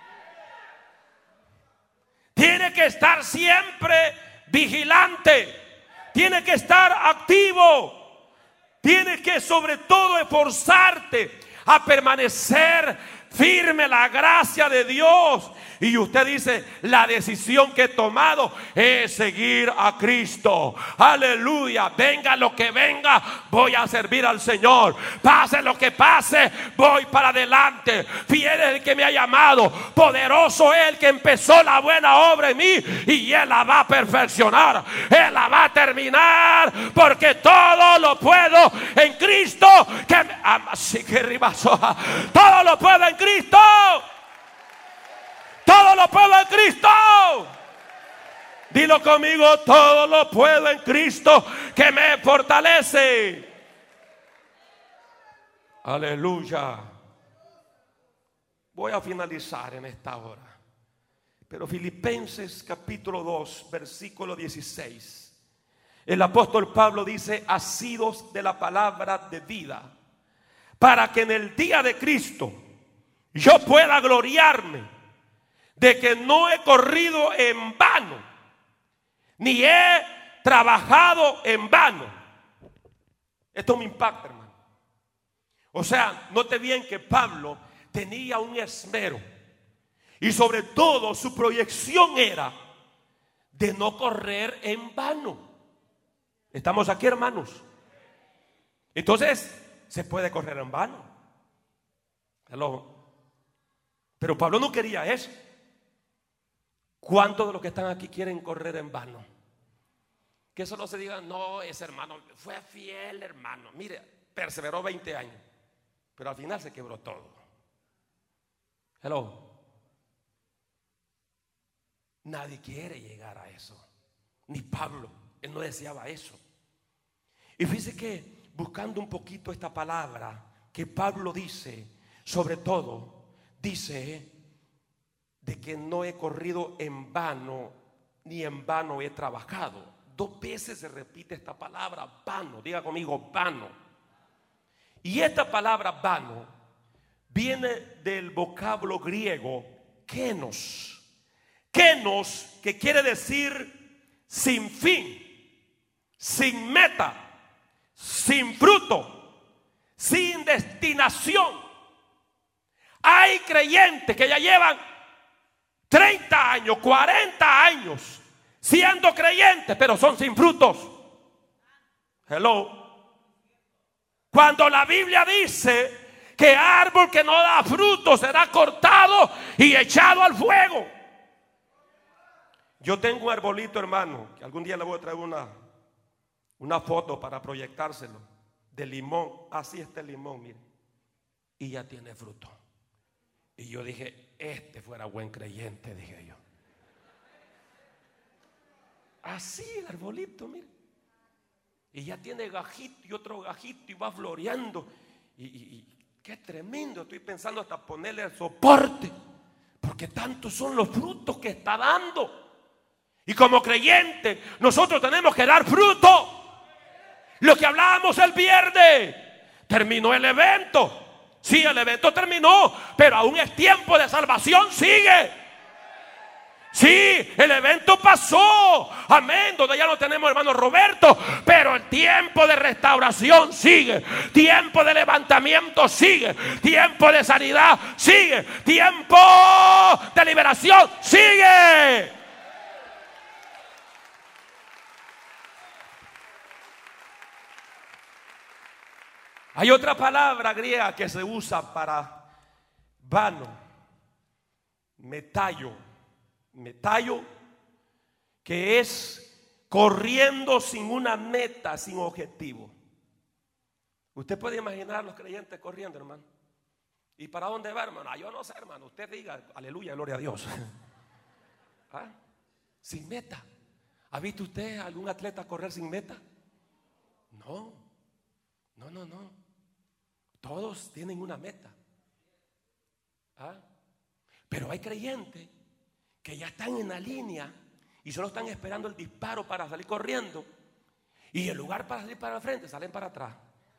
Tiene que estar siempre vigilante, tiene que estar activo. Tienes que sobre todo esforzarte a permanecer firme en la gracia de Dios. Y usted dice, la decisión que he tomado es seguir a Cristo. Aleluya. Venga lo que venga, voy a servir al Señor. Pase lo que pase, voy para adelante. Fiel es el que me ha llamado, poderoso es el que empezó la buena obra en mí, y Él la va a perfeccionar, Él la va a terminar, porque todo lo puedo en Cristo que me ama. Así que ribazo, todo lo puedo en Cristo. Todo lo puedo en Cristo. Dilo conmigo, todo lo puedo en Cristo que me fortalece. Aleluya. Voy a finalizar en esta hora. Pero Filipenses capítulo dos, versículo dieciséis. El apóstol Pablo dice, asidos de la palabra de vida, para que en el día de Cristo yo pueda gloriarme de que no he corrido en vano, ni he trabajado en vano. Esto me impacta, hermano. O sea, note bien que Pablo tenía un esmero, y sobre todo su proyección era de no correr en vano. ¿Estamos aquí, hermanos? Entonces, se puede correr en vano. Hello. Pero Pablo no quería eso. ¿Cuántos de los que están aquí quieren correr en vano? Que solo se diga, no, ese hermano fue fiel, hermano. Mire, perseveró veinte años, pero al final se quebró todo. Hello. Nadie quiere llegar a eso. Ni Pablo, él no deseaba eso. Y fíjese que buscando un poquito esta palabra que Pablo dice, sobre todo, dice de que no he corrido en vano, ni en vano he trabajado. Dos veces se repite esta palabra, vano. Diga conmigo, vano. Y esta palabra vano viene del vocablo griego kenos. Kenos, que quiere decir sin fin, sin meta, sin fruto, sin destinación. Hay creyentes que ya llevan treinta años, cuarenta años siendo creyentes, pero son sin frutos. Hello. Cuando la Biblia dice que árbol que no da fruto será cortado y echado al fuego. Yo tengo un arbolito, hermano, que algún día le voy a traer una, una foto para proyectárselo, de limón. Así está el limón, mire, y ya tiene fruto. Y yo dije, este fuera buen creyente, dije yo. Así el arbolito, mire. Y ya tiene gajito y otro gajito y va floreando. Y, y, y qué tremendo. Estoy pensando hasta ponerle el soporte, porque tantos son los frutos que está dando. Y como creyente nosotros tenemos que dar fruto. Lo que hablábamos el viernes, terminó el evento. Sí, el evento terminó, pero aún es tiempo de salvación, sigue. Sí, el evento pasó, amén, donde ya no tenemos hermano Roberto, pero el tiempo de restauración sigue, tiempo de levantamiento sigue, tiempo de sanidad sigue, tiempo de liberación sigue. Hay otra palabra griega que se usa para vano, metallo, metallo, que es corriendo sin una meta, sin objetivo. Usted puede imaginar a los creyentes corriendo, hermano. ¿Y para dónde va, hermano? Ah, yo no sé, hermano. Usted diga, aleluya, gloria a Dios. ¿Ah? Sin meta. ¿Ha visto usted a algún atleta correr sin meta? No, no, no, no. Todos tienen una meta. ¿Ah? Pero hay creyentes que ya están en la línea y solo están esperando el disparo para salir corriendo, y en lugar para salir para el frente salen para atrás.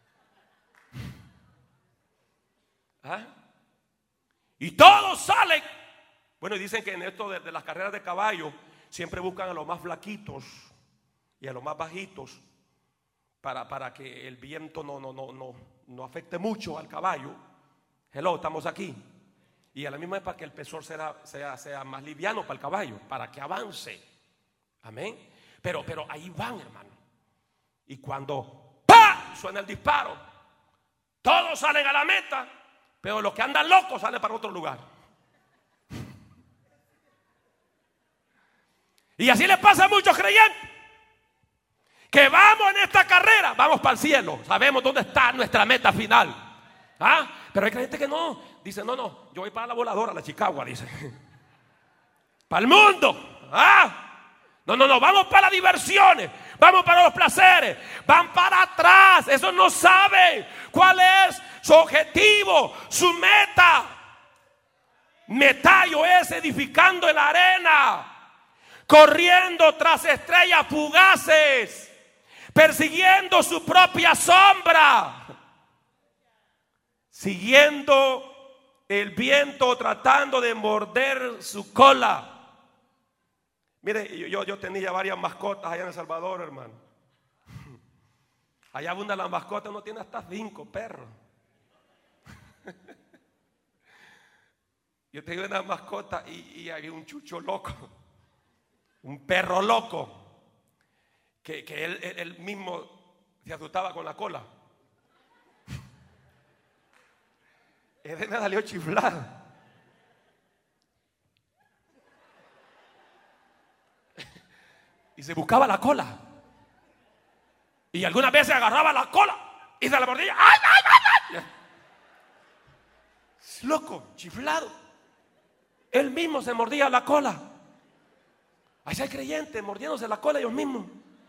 ¿Ah? Y todos salen. Bueno, y dicen que en esto de, de las carreras de caballo siempre buscan a los más flaquitos y a los más bajitos para, para que el viento no, no, no, no, no afecte mucho al caballo. Hello, estamos aquí. Y a la misma vez para que el peso sea, sea, sea más liviano para el caballo, para que avance. Amén. Pero, pero ahí van, hermano. Y cuando ¡pah! Suena el disparo, todos salen a la meta, pero los que andan locos salen para otro lugar. Y así le pasa a muchos creyentes, que vamos en esta carrera, vamos para el cielo, sabemos dónde está nuestra meta final. ¿Ah? Pero hay creyentes que no, dice, no, no, yo voy para la voladora, la Chicago, dice, para el mundo. ¿Ah? No, no, no, vamos para las diversiones, vamos para los placeres, van para atrás. Esos no saben cuál es su objetivo, su meta. Metallo es edificando en la arena, corriendo tras estrellas fugaces, persiguiendo su propia sombra, siguiendo el viento, tratando de morder su cola. Mire, yo, yo tenía varias mascotas allá en El Salvador, hermano. Allá abunda las mascotas, uno tiene hasta cinco perros. Yo tenía una mascota y, y había un chucho loco, un perro loco, que, que él, él, él mismo se asustaba con la cola. Él me salió chiflado. Y se buscaba la cola. Y algunas veces agarraba la cola y se la mordía. ¡Ay, ay, ay, ay! Loco, chiflado. Él mismo se mordía la cola. Ahí hay creyentes mordiéndose la cola ellos mismos.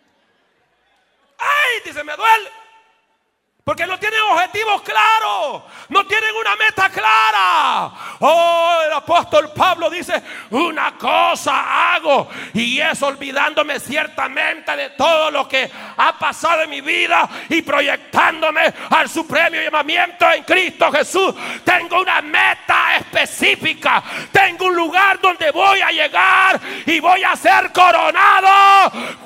¡Ay! Dice, me duele. Porque no tienen objetivos claros, no tienen una meta clara. Oh, el apóstol Pablo dice, una cosa hago, y es olvidándome ciertamente de todo lo que ha pasado en mi vida y proyectándome al supremo llamamiento en Cristo Jesús. Tengo una meta específica, tengo un lugar donde voy a llegar y voy a ser coronado.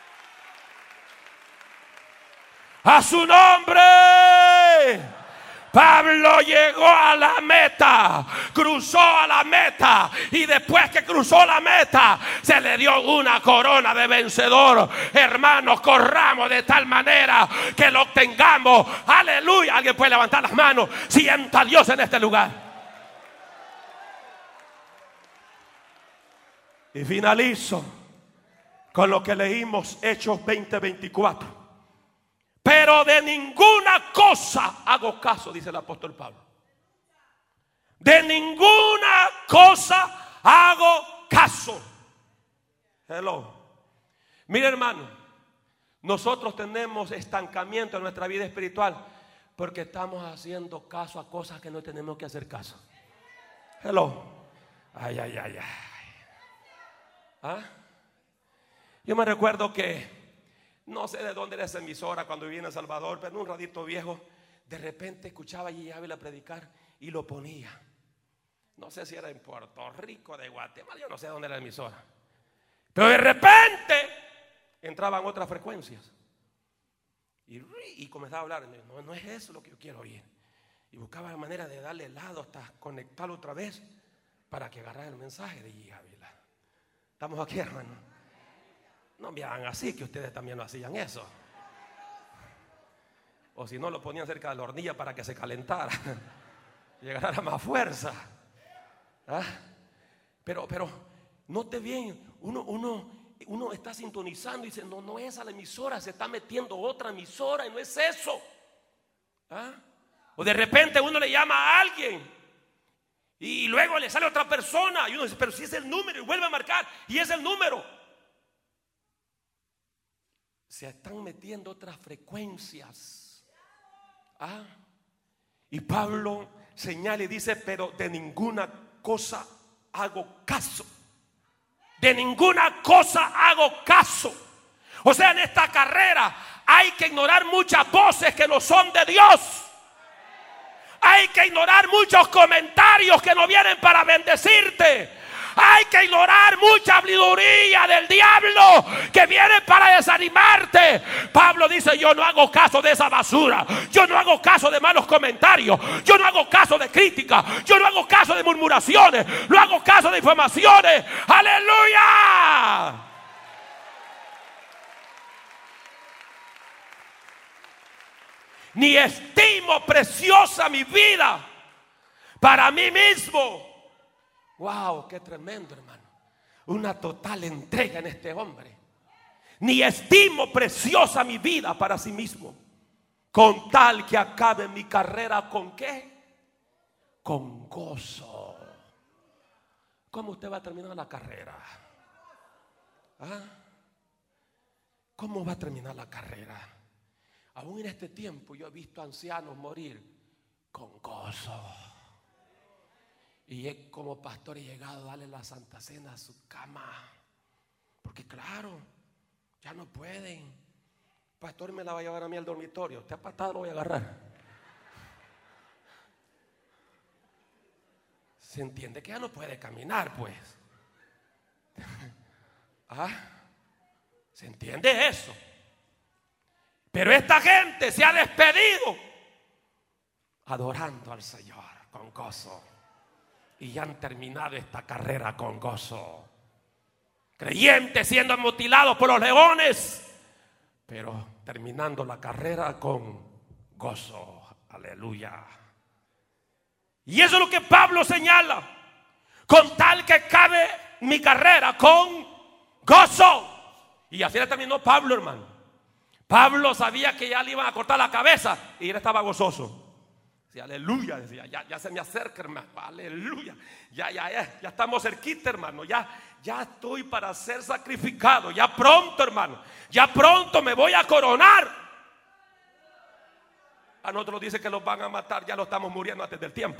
A su nombre, Pablo llegó a la meta, cruzó a la meta, y después que cruzó la meta se le dio una corona de vencedor. Hermanos, corramos de tal manera que lo obtengamos. Aleluya. Alguien puede levantar las manos. Sienta a Dios en este lugar. Y finalizo con lo que leímos, Hechos veinte veinticuatro. Pero de ninguna cosa hago caso, dice el apóstol Pablo. De ninguna cosa hago caso. Hello. Mire, hermano, nosotros tenemos estancamiento en nuestra vida espiritual porque estamos haciendo caso a cosas que no tenemos que hacer caso. Hello. Ay, ay, ay, ay. ¿Ah? Yo me recuerdo que no sé de dónde era esa emisora cuando vivía en El Salvador, pero en un radito viejo, de repente escuchaba a Gigi Ávila predicar y lo ponía. No sé si era en Puerto Rico, de Guatemala, yo no sé dónde era la emisora. Pero de repente entraban otras frecuencias. Y, y comenzaba a hablar. No, no es eso lo que yo quiero oír. Y buscaba la manera de darle lado hasta conectarlo otra vez para que agarrara el mensaje de Gigi Ávila. ¿Estamos aquí, hermano? No me hagan así, que ustedes también lo hacían eso. O si no, lo ponían cerca de la hornilla para que se calentara y agarrara más fuerza. ¿Ah? Pero, pero, note bien, uno, uno, uno está sintonizando y dice, no, no es a la emisora, se está metiendo otra emisora y no es eso. ¿Ah? O de repente uno le llama a alguien y luego le sale otra persona y uno dice, pero si es el número, y vuelve a marcar y es el número. Se están metiendo otras frecuencias. ¿Ah? Y Pablo señala y dice, pero de ninguna cosa hago caso. De ninguna cosa hago caso. O sea, en esta carrera hay que ignorar muchas voces que no son de Dios. Hay que ignorar muchos comentarios que no vienen para bendecirte. Hay que ignorar mucha sabiduría del diablo que viene para desanimarte. Pablo dice, yo no hago caso de esa basura. Yo no hago caso de malos comentarios. Yo no hago caso de críticas. Yo no hago caso de murmuraciones. No hago caso de difamaciones. ¡Aleluya! Ni estimo preciosa mi vida para mí mismo. Wow, qué tremendo, hermano. Una total entrega en este hombre. Ni estimo preciosa mi vida para sí mismo, con tal que acabe mi carrera. ¿Con qué? Con gozo. ¿Cómo usted va a terminar la carrera? ¿Ah? ¿Cómo va a terminar la carrera? Aún en este tiempo yo he visto ancianos morir con gozo. Y he, como pastor, he llegado a darle la Santa Cena a su cama. Porque claro, ya no pueden. Pastor, me la va a llevar a mí al dormitorio. Usted apatado lo voy a agarrar. Se entiende que ya no puede caminar, pues. ¿Ah? ¿Se entiende eso? Pero esta gente se ha despedido adorando al Señor con gozo. Y ya han terminado esta carrera con gozo. Creyentes siendo mutilados por los leones, pero terminando la carrera con gozo. Aleluya. Y eso es lo que Pablo señala. Con tal que acabe mi carrera con gozo. Y así le terminó Pablo, hermano. Pablo sabía que ya le iban a cortar la cabeza y él estaba gozoso. Aleluya, decía, ya, ya se me acerca, hermano. Aleluya, ya, ya, ya, ya estamos cerquita, hermano. Ya, ya estoy para ser sacrificado. Ya pronto, hermano. Ya pronto me voy a coronar. A nosotros dice que los van a matar. Ya lo estamos muriendo antes del tiempo.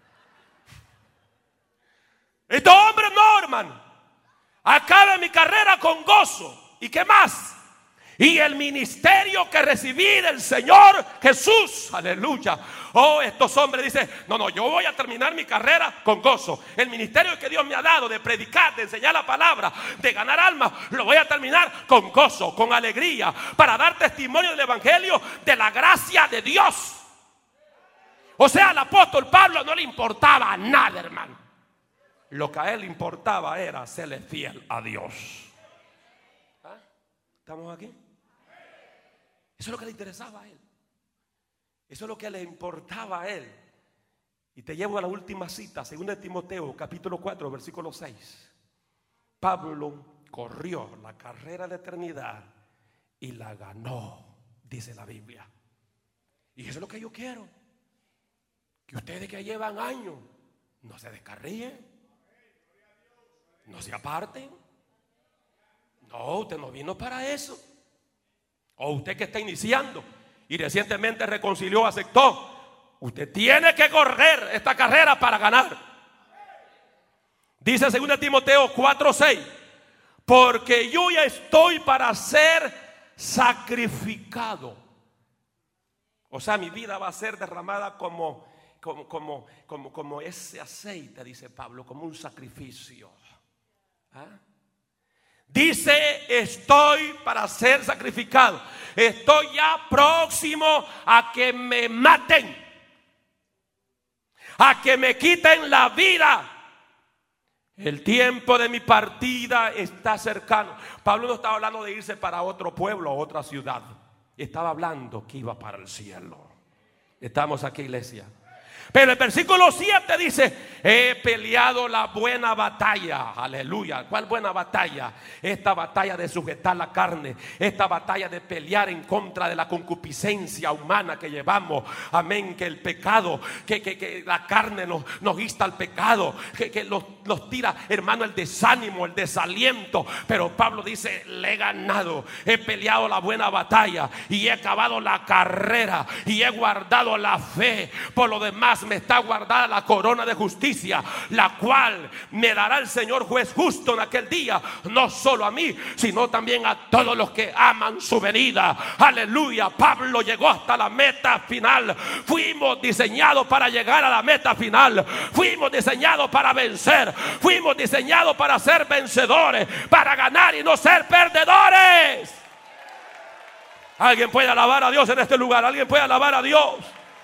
Este hombre no, hermano. Acabe mi carrera con gozo. ¿Y qué más? Y el ministerio que recibí del Señor Jesús. Aleluya. Oh, estos hombres dicen, no, no, yo voy a terminar mi carrera con gozo. El ministerio que Dios me ha dado de predicar, de enseñar la palabra, de ganar almas, lo voy a terminar con gozo, con alegría, para dar testimonio del evangelio de la gracia de Dios. O sea, al apóstol Pablo no le importaba nada, hermano. Lo que a él le importaba era serle fiel a Dios. ¿Ah? ¿Estamos aquí? Eso es lo que le interesaba a él. Eso es lo que le importaba a él. Y te llevo a la última cita, segunda de Timoteo, capítulo cuatro, versículo seis. Pablo corrió la carrera de eternidad y la ganó, dice la Biblia. Y eso es lo que yo quiero. Que ustedes que llevan años no se descarríen, no se aparten. No, usted no vino para eso. O usted que está iniciando y recientemente reconcilió, aceptó, usted tiene que correr esta carrera para ganar. Dice segunda Timoteo cuatro seis, porque yo ya estoy para ser sacrificado. O sea, mi vida va a ser derramada como Como, como, como, como ese aceite, dice Pablo, como un sacrificio. ¿Ah? Dice, estoy para ser sacrificado. Estoy ya próximo a que me maten, a que me quiten la vida. El tiempo de mi partida está cercano. Pablo no estaba hablando de irse para otro pueblo o otra ciudad. Estaba hablando que iba para el cielo. Estamos aquí, iglesia. Pero el versículo siete dice, he peleado la buena batalla. Aleluya. ¿Cuál buena batalla? Esta batalla de sujetar la carne. Esta batalla de pelear en contra de la concupiscencia humana que llevamos. Amén. Que el pecado, que, que, que la carne nos, nos insta al pecado. Que, que los, los tira, hermano, el desánimo, el desaliento. Pero Pablo dice, le he ganado. He peleado la buena batalla. Y he acabado la carrera. Y he guardado la fe. Por lo demás, me está guardada la corona de justicia, la cual me dará el Señor juez justo en aquel día, no solo a mí, sino también a todos los que aman su venida. Aleluya. Pablo llegó hasta la meta final. Fuimos diseñados para llegar a la meta final. Fuimos diseñados para vencer. Fuimos diseñados para ser vencedores, para ganar y no ser perdedores. Alguien puede alabar a Dios en este lugar. Alguien puede alabar a Dios.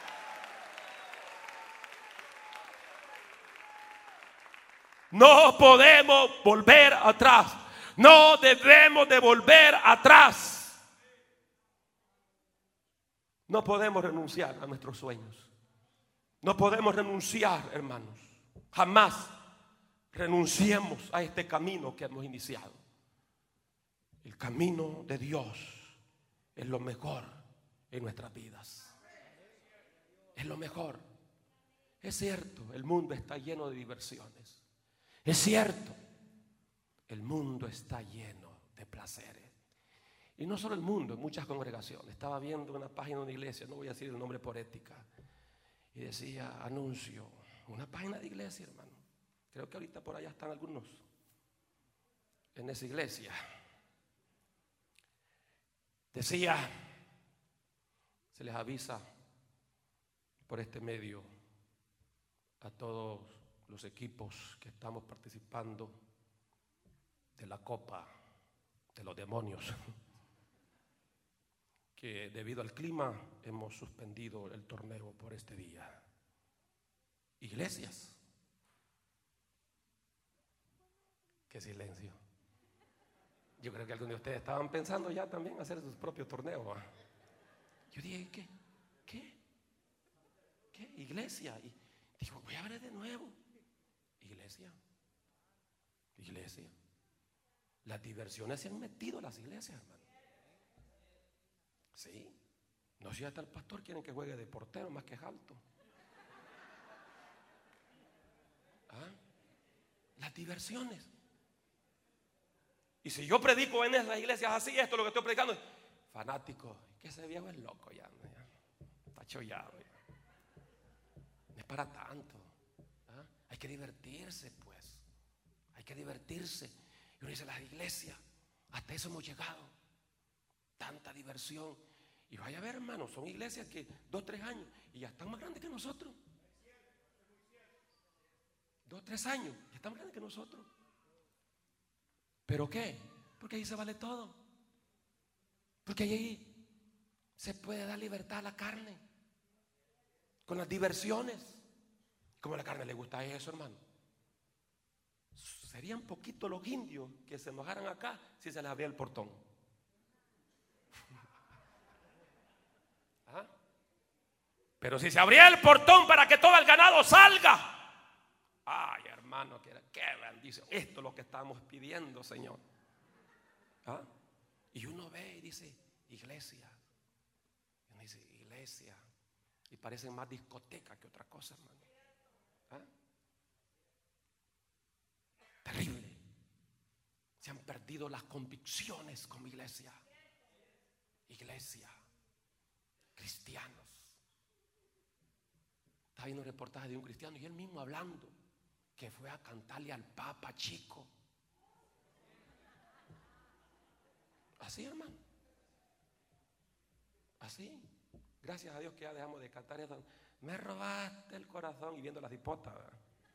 No podemos volver atrás. No debemos de volver atrás. No podemos renunciar a nuestros sueños. No podemos renunciar, hermanos. Jamás renunciemos a este camino que hemos iniciado. El camino de Dios es lo mejor en nuestras vidas. Es lo mejor. Es cierto, el mundo está lleno de diversiones. Es cierto, el mundo está lleno de placeres. Y no solo el mundo, en muchas congregaciones. Estaba viendo una página de una iglesia, no voy a decir el nombre por ética, y decía, anuncio, una página de iglesia, hermano. Creo que ahorita por allá están algunos en esa iglesia. Decía, se les avisa por este medio a todos los equipos que estamos participando de la Copa de los Demonios, que debido al clima hemos suspendido el torneo por este día. Iglesias, qué silencio. Yo creo que algunos de ustedes estaban pensando ya también hacer sus propios torneos. Yo dije, ¿qué? ¿Qué? ¿Qué? Iglesia. Y digo, voy a ver de nuevo. Iglesia, iglesia. Las diversiones se han metido en las iglesias, hermano. Sí. No sé si hasta el pastor quieren que juegue de portero más que alto. ¿Ah? Las diversiones. Y si yo predico en esas iglesias así, esto es lo que estoy predicando, fanático, que ese viejo es loco ya, ya. Está chollado ya. No es para tanto. Hay que divertirse, pues. Hay que divertirse. Y uno dice, las iglesias, hasta eso hemos llegado. Tanta diversión. Y vaya a ver, hermano, son iglesias que dos, tres años y ya están más grandes que nosotros. Dos, tres años, ya están más grandes que nosotros. ¿Pero qué? Porque ahí se vale todo. Porque ahí se puede dar libertad a la carne. con las diversiones. Como a la carne le gusta eso, hermano. Serían poquito los indios que se enojaran acá si se les abría el portón. ¿Ah? Pero si se abría el portón para que todo el ganado salga, ay, hermano, qué, qué bendición. Esto es lo que estamos pidiendo, Señor. ¿Ah? Y uno ve y dice, iglesia. Y uno dice, iglesia. Y parecen más discotecas que otra cosa, hermano. ¿Ah? Terrible. Se han perdido las convicciones como iglesia. Iglesia. Cristianos. Estaba viendo un reportaje de un cristiano y él mismo hablando que fue a cantarle al Papa chico. Así, hermano. Así. Gracias a Dios que ya dejamos de cantar eso. Me robaste el corazón, y viendo las hipotas, ¿verdad?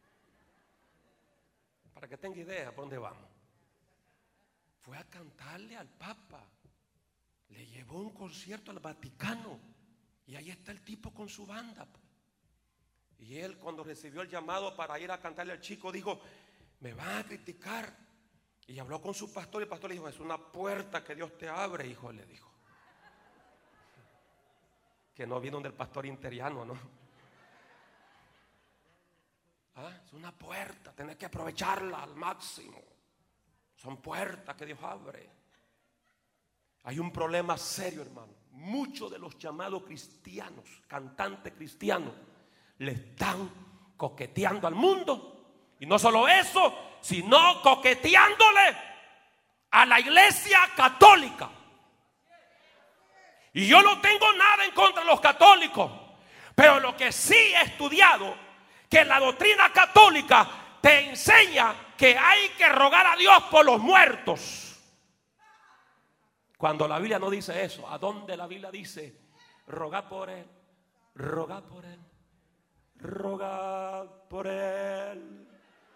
Para que tenga idea por dónde vamos. Fue a cantarle al Papa. Le llevó un concierto al Vaticano. Y ahí está el tipo con su banda. Y él, cuando recibió el llamado para ir a cantarle al chico, dijo, me van a criticar. Y habló con su pastor, y el pastor le dijo, es una puerta que Dios te abre, hijo, le dijo. Que no vino del pastor interiano, ¿no? ¿Ah? Es una puerta, tenés que aprovecharla al máximo. Son puertas que Dios abre. Hay un problema serio, hermano. Muchos de los llamados cristianos, cantantes cristianos, le están coqueteando al mundo. Y no solo eso, sino coqueteándole a la iglesia católica. Y yo no tengo nada en contra de los católicos, pero lo que sí he estudiado, que la doctrina católica te enseña que hay que rogar a Dios por los muertos. Cuando la Biblia no dice eso, ¿a dónde la Biblia dice? Rogar por él, rogar por él, rogar por él.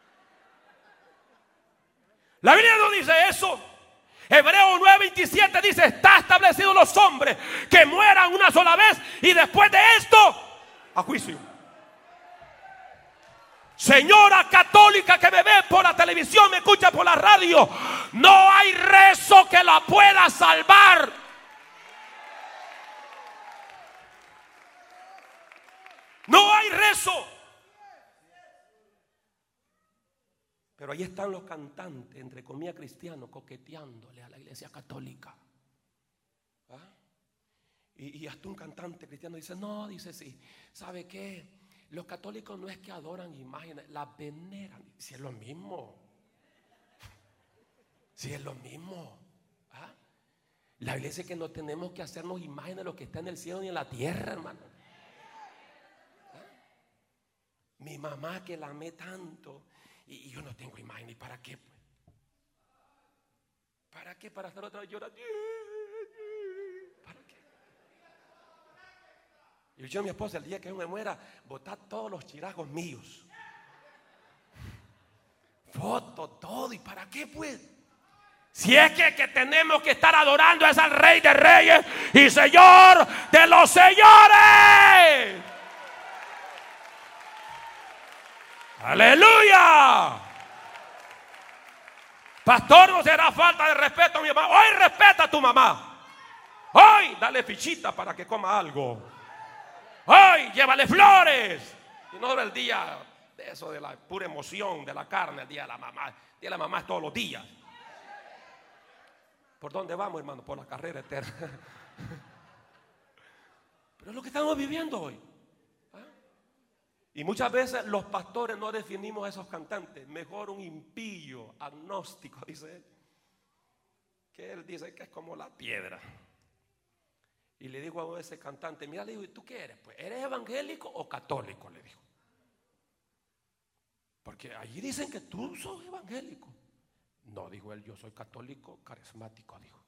La Biblia no dice eso. Hebreos nueve veintisiete dice, está establecido los hombres que mueran una sola vez y después de esto a juicio. Señora católica que me ve por la televisión, me escucha por la radio, no hay rezo que la pueda salvar. No hay rezo. Pero ahí están los cantantes, entre comillas cristianos, coqueteándole a la iglesia católica. ¿Ah? Y, y hasta un cantante cristiano dice, no, dice sí, ¿sabe qué? Los católicos no es que adoran imágenes, las veneran. Si es lo mismo. Si es lo mismo. ¿Ah? La Biblia dice que no tenemos que hacernos imágenes de lo que está en el cielo ni en la tierra, hermano. ¿Ah? Mi mamá que la amé tanto. Y yo no tengo imagen. ¿Y para qué? Pues? ¿Para qué? Para estar otra vez llorando. ¿Para qué? Y yo a mi esposa, el día que yo me muera, botar todos los chirajos míos. Foto, todo. ¿Y para qué pues? Si es que, que tenemos que estar adorando es al Rey de Reyes y Señor de los señores. ¡Aleluya! Pastor, no será falta de respeto a mi mamá. Hoy respeta a tu mamá. Hoy dale fichita para que coma algo. Hoy llévale flores. Y no el día de eso de la pura emoción de la carne, el día de la mamá. El día de la mamá es todos los días. ¿Por dónde vamos, hermano? Por la carrera eterna. Pero es lo que estamos viviendo hoy. Y muchas veces los pastores no definimos a esos cantantes. Mejor un impío, agnóstico, dice él. Que él dice que es como la piedra. Y le digo a ese cantante, mira, le digo, ¿y tú qué eres? Pues, ¿eres evangélico o católico? Le dijo. Porque allí dicen que tú sos evangélico. No, dijo él, yo soy católico carismático, dijo.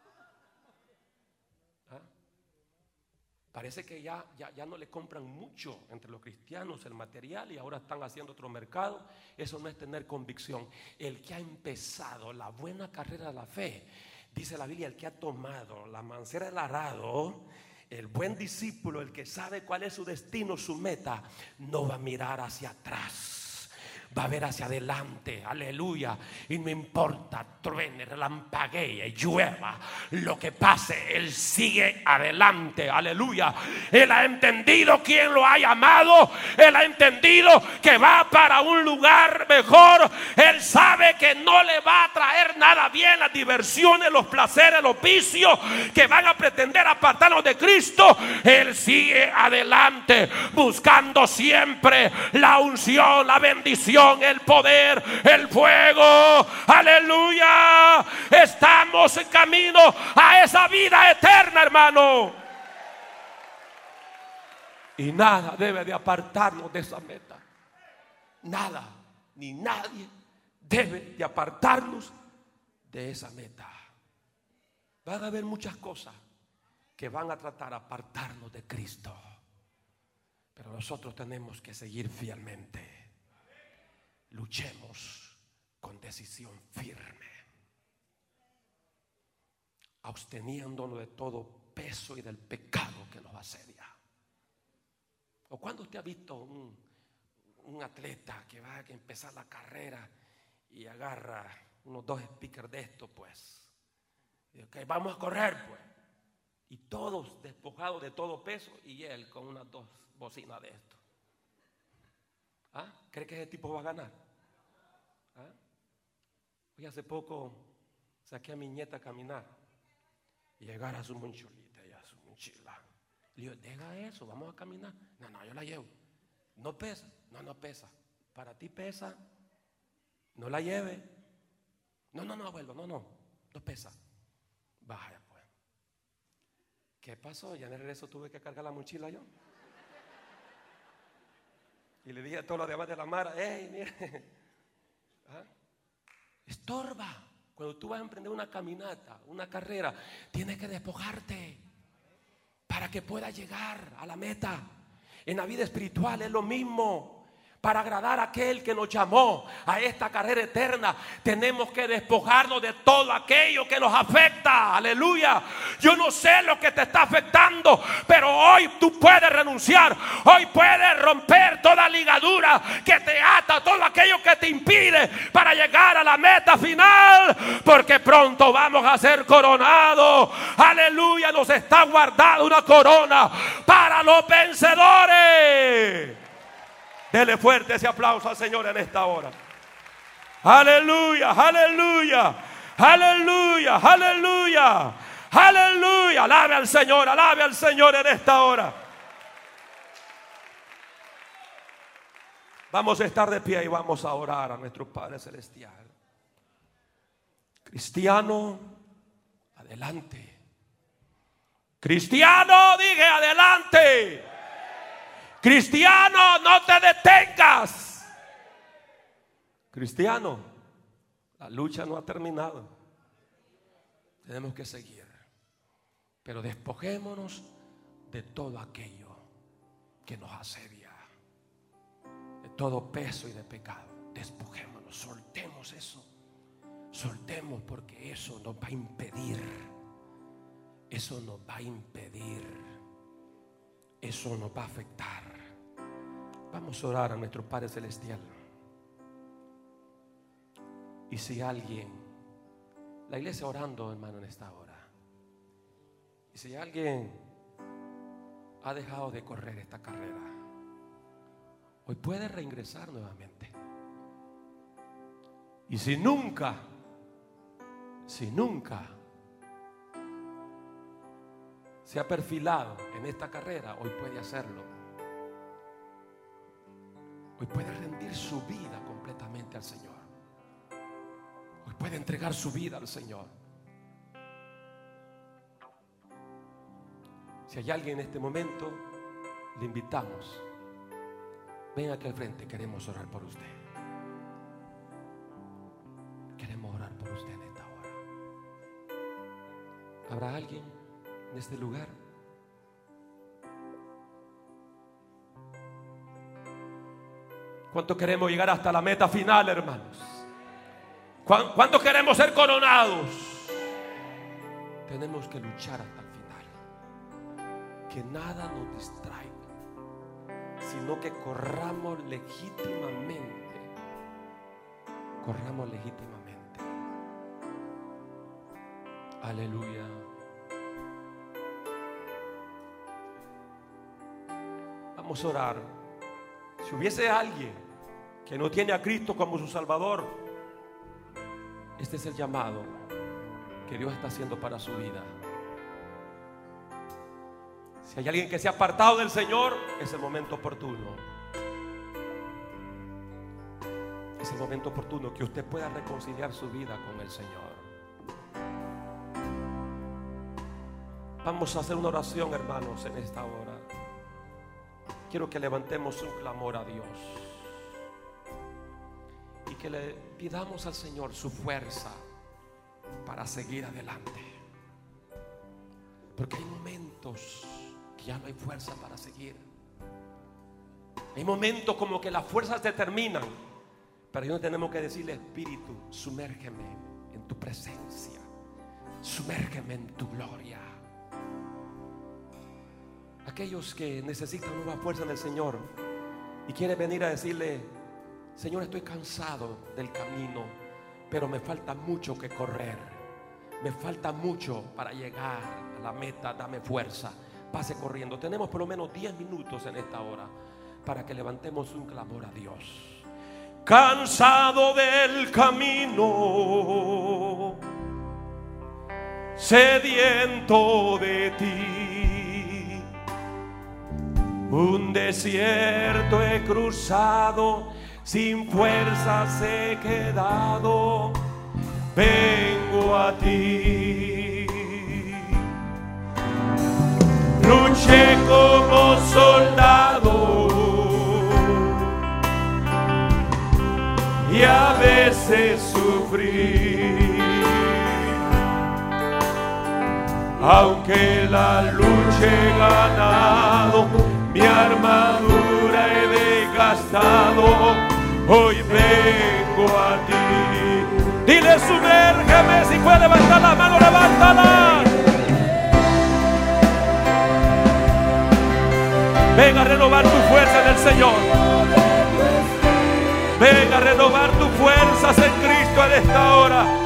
¿Ah? Parece que ya, ya, ya no le compran mucho entre los cristianos el material y ahora están haciendo otro mercado. Eso no es tener convicción. El que ha empezado la buena carrera de la fe, dice la Biblia, el que ha tomado la mancera del arado el buen discípulo, el que sabe cuál es su destino, su meta, no va a mirar hacia atrás. Va a ver hacia adelante, aleluya. Y no importa, truene, relampaguee, llueva, lo que pase, Él sigue adelante, aleluya. Él ha entendido quién lo ha llamado. Él ha entendido que va para un lugar mejor. Él sabe que no le va a traer nada bien las diversiones, los placeres, los vicios que van a pretender apartarnos de Cristo. Él sigue adelante, buscando siempre la unción, la bendición, el poder, el fuego, aleluya. Estamos en camino a esa vida eterna, hermano, y nada debe de apartarnos de esa meta. Nada ni nadie debe de apartarnos de esa meta. Van a haber muchas cosas que van a tratar de apartarnos de Cristo, pero nosotros tenemos que seguir fielmente. Luchemos con decisión firme, absteniéndonos de todo peso y del pecado que nos asedia. ¿O cuando usted ha visto un, un atleta que va a empezar la carrera y agarra unos dos speakers de estos, pues, y ok, vamos a correr, pues, y todos despojados de todo peso, y él con unas dos bocinas de esto? ¿Ah? ¿Cree que ese tipo va a ganar? ¿Ah? Hoy hace poco saqué a mi nieta a caminar y llegar a su mochilita y a su mochila. Le digo, deja eso, vamos a caminar. No, no, yo la llevo. ¿No pesa? No, no pesa. ¿Para ti pesa? No la lleve. No, no, no, abuelo, no, no, no pesa. Vaya pues. ¿Qué pasó? Ya en el regreso tuve que cargar la mochila yo. Y le dije a todos los demás de la mara, hey, mire, ¿ah? Estorba. Cuando tú vas a emprender una caminata, una carrera, tienes que despojarte para que puedas llegar a la meta. En la vida espiritual es lo mismo. Para agradar a aquel que nos llamó a esta carrera eterna, tenemos que despojarnos de todo aquello que nos afecta. Aleluya. Yo no sé lo que te está afectando, pero hoy tú puedes renunciar. Hoy puedes romper toda ligadura que te ata, todo aquello que te impide para llegar a la meta final, porque pronto vamos a ser coronados. Aleluya. Nos está guardada una corona para los vencedores. Dele fuerte ese aplauso al Señor en esta hora. Aleluya, aleluya, aleluya, aleluya, aleluya. Alabe al Señor, alabe al Señor en esta hora. Vamos a estar de pie y vamos a orar a nuestro Padre Celestial. Cristiano, adelante. Cristiano, dije adelante. Cristiano, no te detengas. Cristiano, la lucha no ha terminado. Tenemos que seguir. Pero despojémonos de todo aquello que nos asedia, de todo peso y de pecado. Despojémonos, soltemos eso. Soltemos, porque eso nos va a impedir. Eso nos va a impedir. Eso nos va a afectar. Vamos a orar a nuestro Padre Celestial. Y si alguien, la iglesia orando, hermano, en esta hora, y si alguien ha dejado de correr esta carrera, hoy puede reingresar nuevamente. Y si nunca, si nunca se ha perfilado en esta carrera, hoy puede hacerlo. Hoy puede rendir su vida completamente al Señor. Hoy puede entregar su vida al Señor. Si hay alguien en este momento, le invitamos. Ven aquí al frente, queremos orar por usted. Queremos orar por usted en esta hora. ¿Habrá alguien en este lugar? ¿Cuánto queremos llegar hasta la meta final, hermanos? ¿Cuánto queremos ser coronados? Tenemos que luchar hasta el final. que nada nos distraiga, sino que corramos legítimamente, corramos legítimamente. Aleluya. Vamos a orar. Si hubiese alguien que no tiene a Cristo como su Salvador, este es el llamado que Dios está haciendo para su vida. Si hay alguien que se ha apartado del Señor, es el momento oportuno. Es el momento oportuno que usted pueda reconciliar su vida con el Señor. Vamos a hacer una oración, hermanos, en esta hora. Quiero que levantemos un clamor a Dios y que le pidamos al Señor su fuerza para seguir adelante. Porque hay momentos que ya no hay fuerza para seguir. Hay momentos como que las fuerzas se terminan, pero no tenemos que decirle: Espíritu, sumérgeme en tu presencia, sumérgeme en tu gloria. Aquellos que necesitan nueva fuerza en el Señor y quieren venir a decirle: Señor, estoy cansado del camino, pero me falta mucho que correr, me falta mucho para llegar a la meta, dame fuerza. Pase corriendo. Tenemos por lo menos diez minutos en esta hora para que levantemos un clamor a Dios. Cansado del camino, sediento de ti, un desierto he cruzado, sin fuerzas he quedado, vengo a ti. Luché como soldado y a veces sufrí, aunque la lucha he ganado, mi armadura he desgastado, hoy vengo a ti. Dile: sumérgeme. Si puede levantar la mano, levántala. Venga a renovar tu fuerza en el Señor. Venga a renovar tus fuerzas en Cristo en esta hora.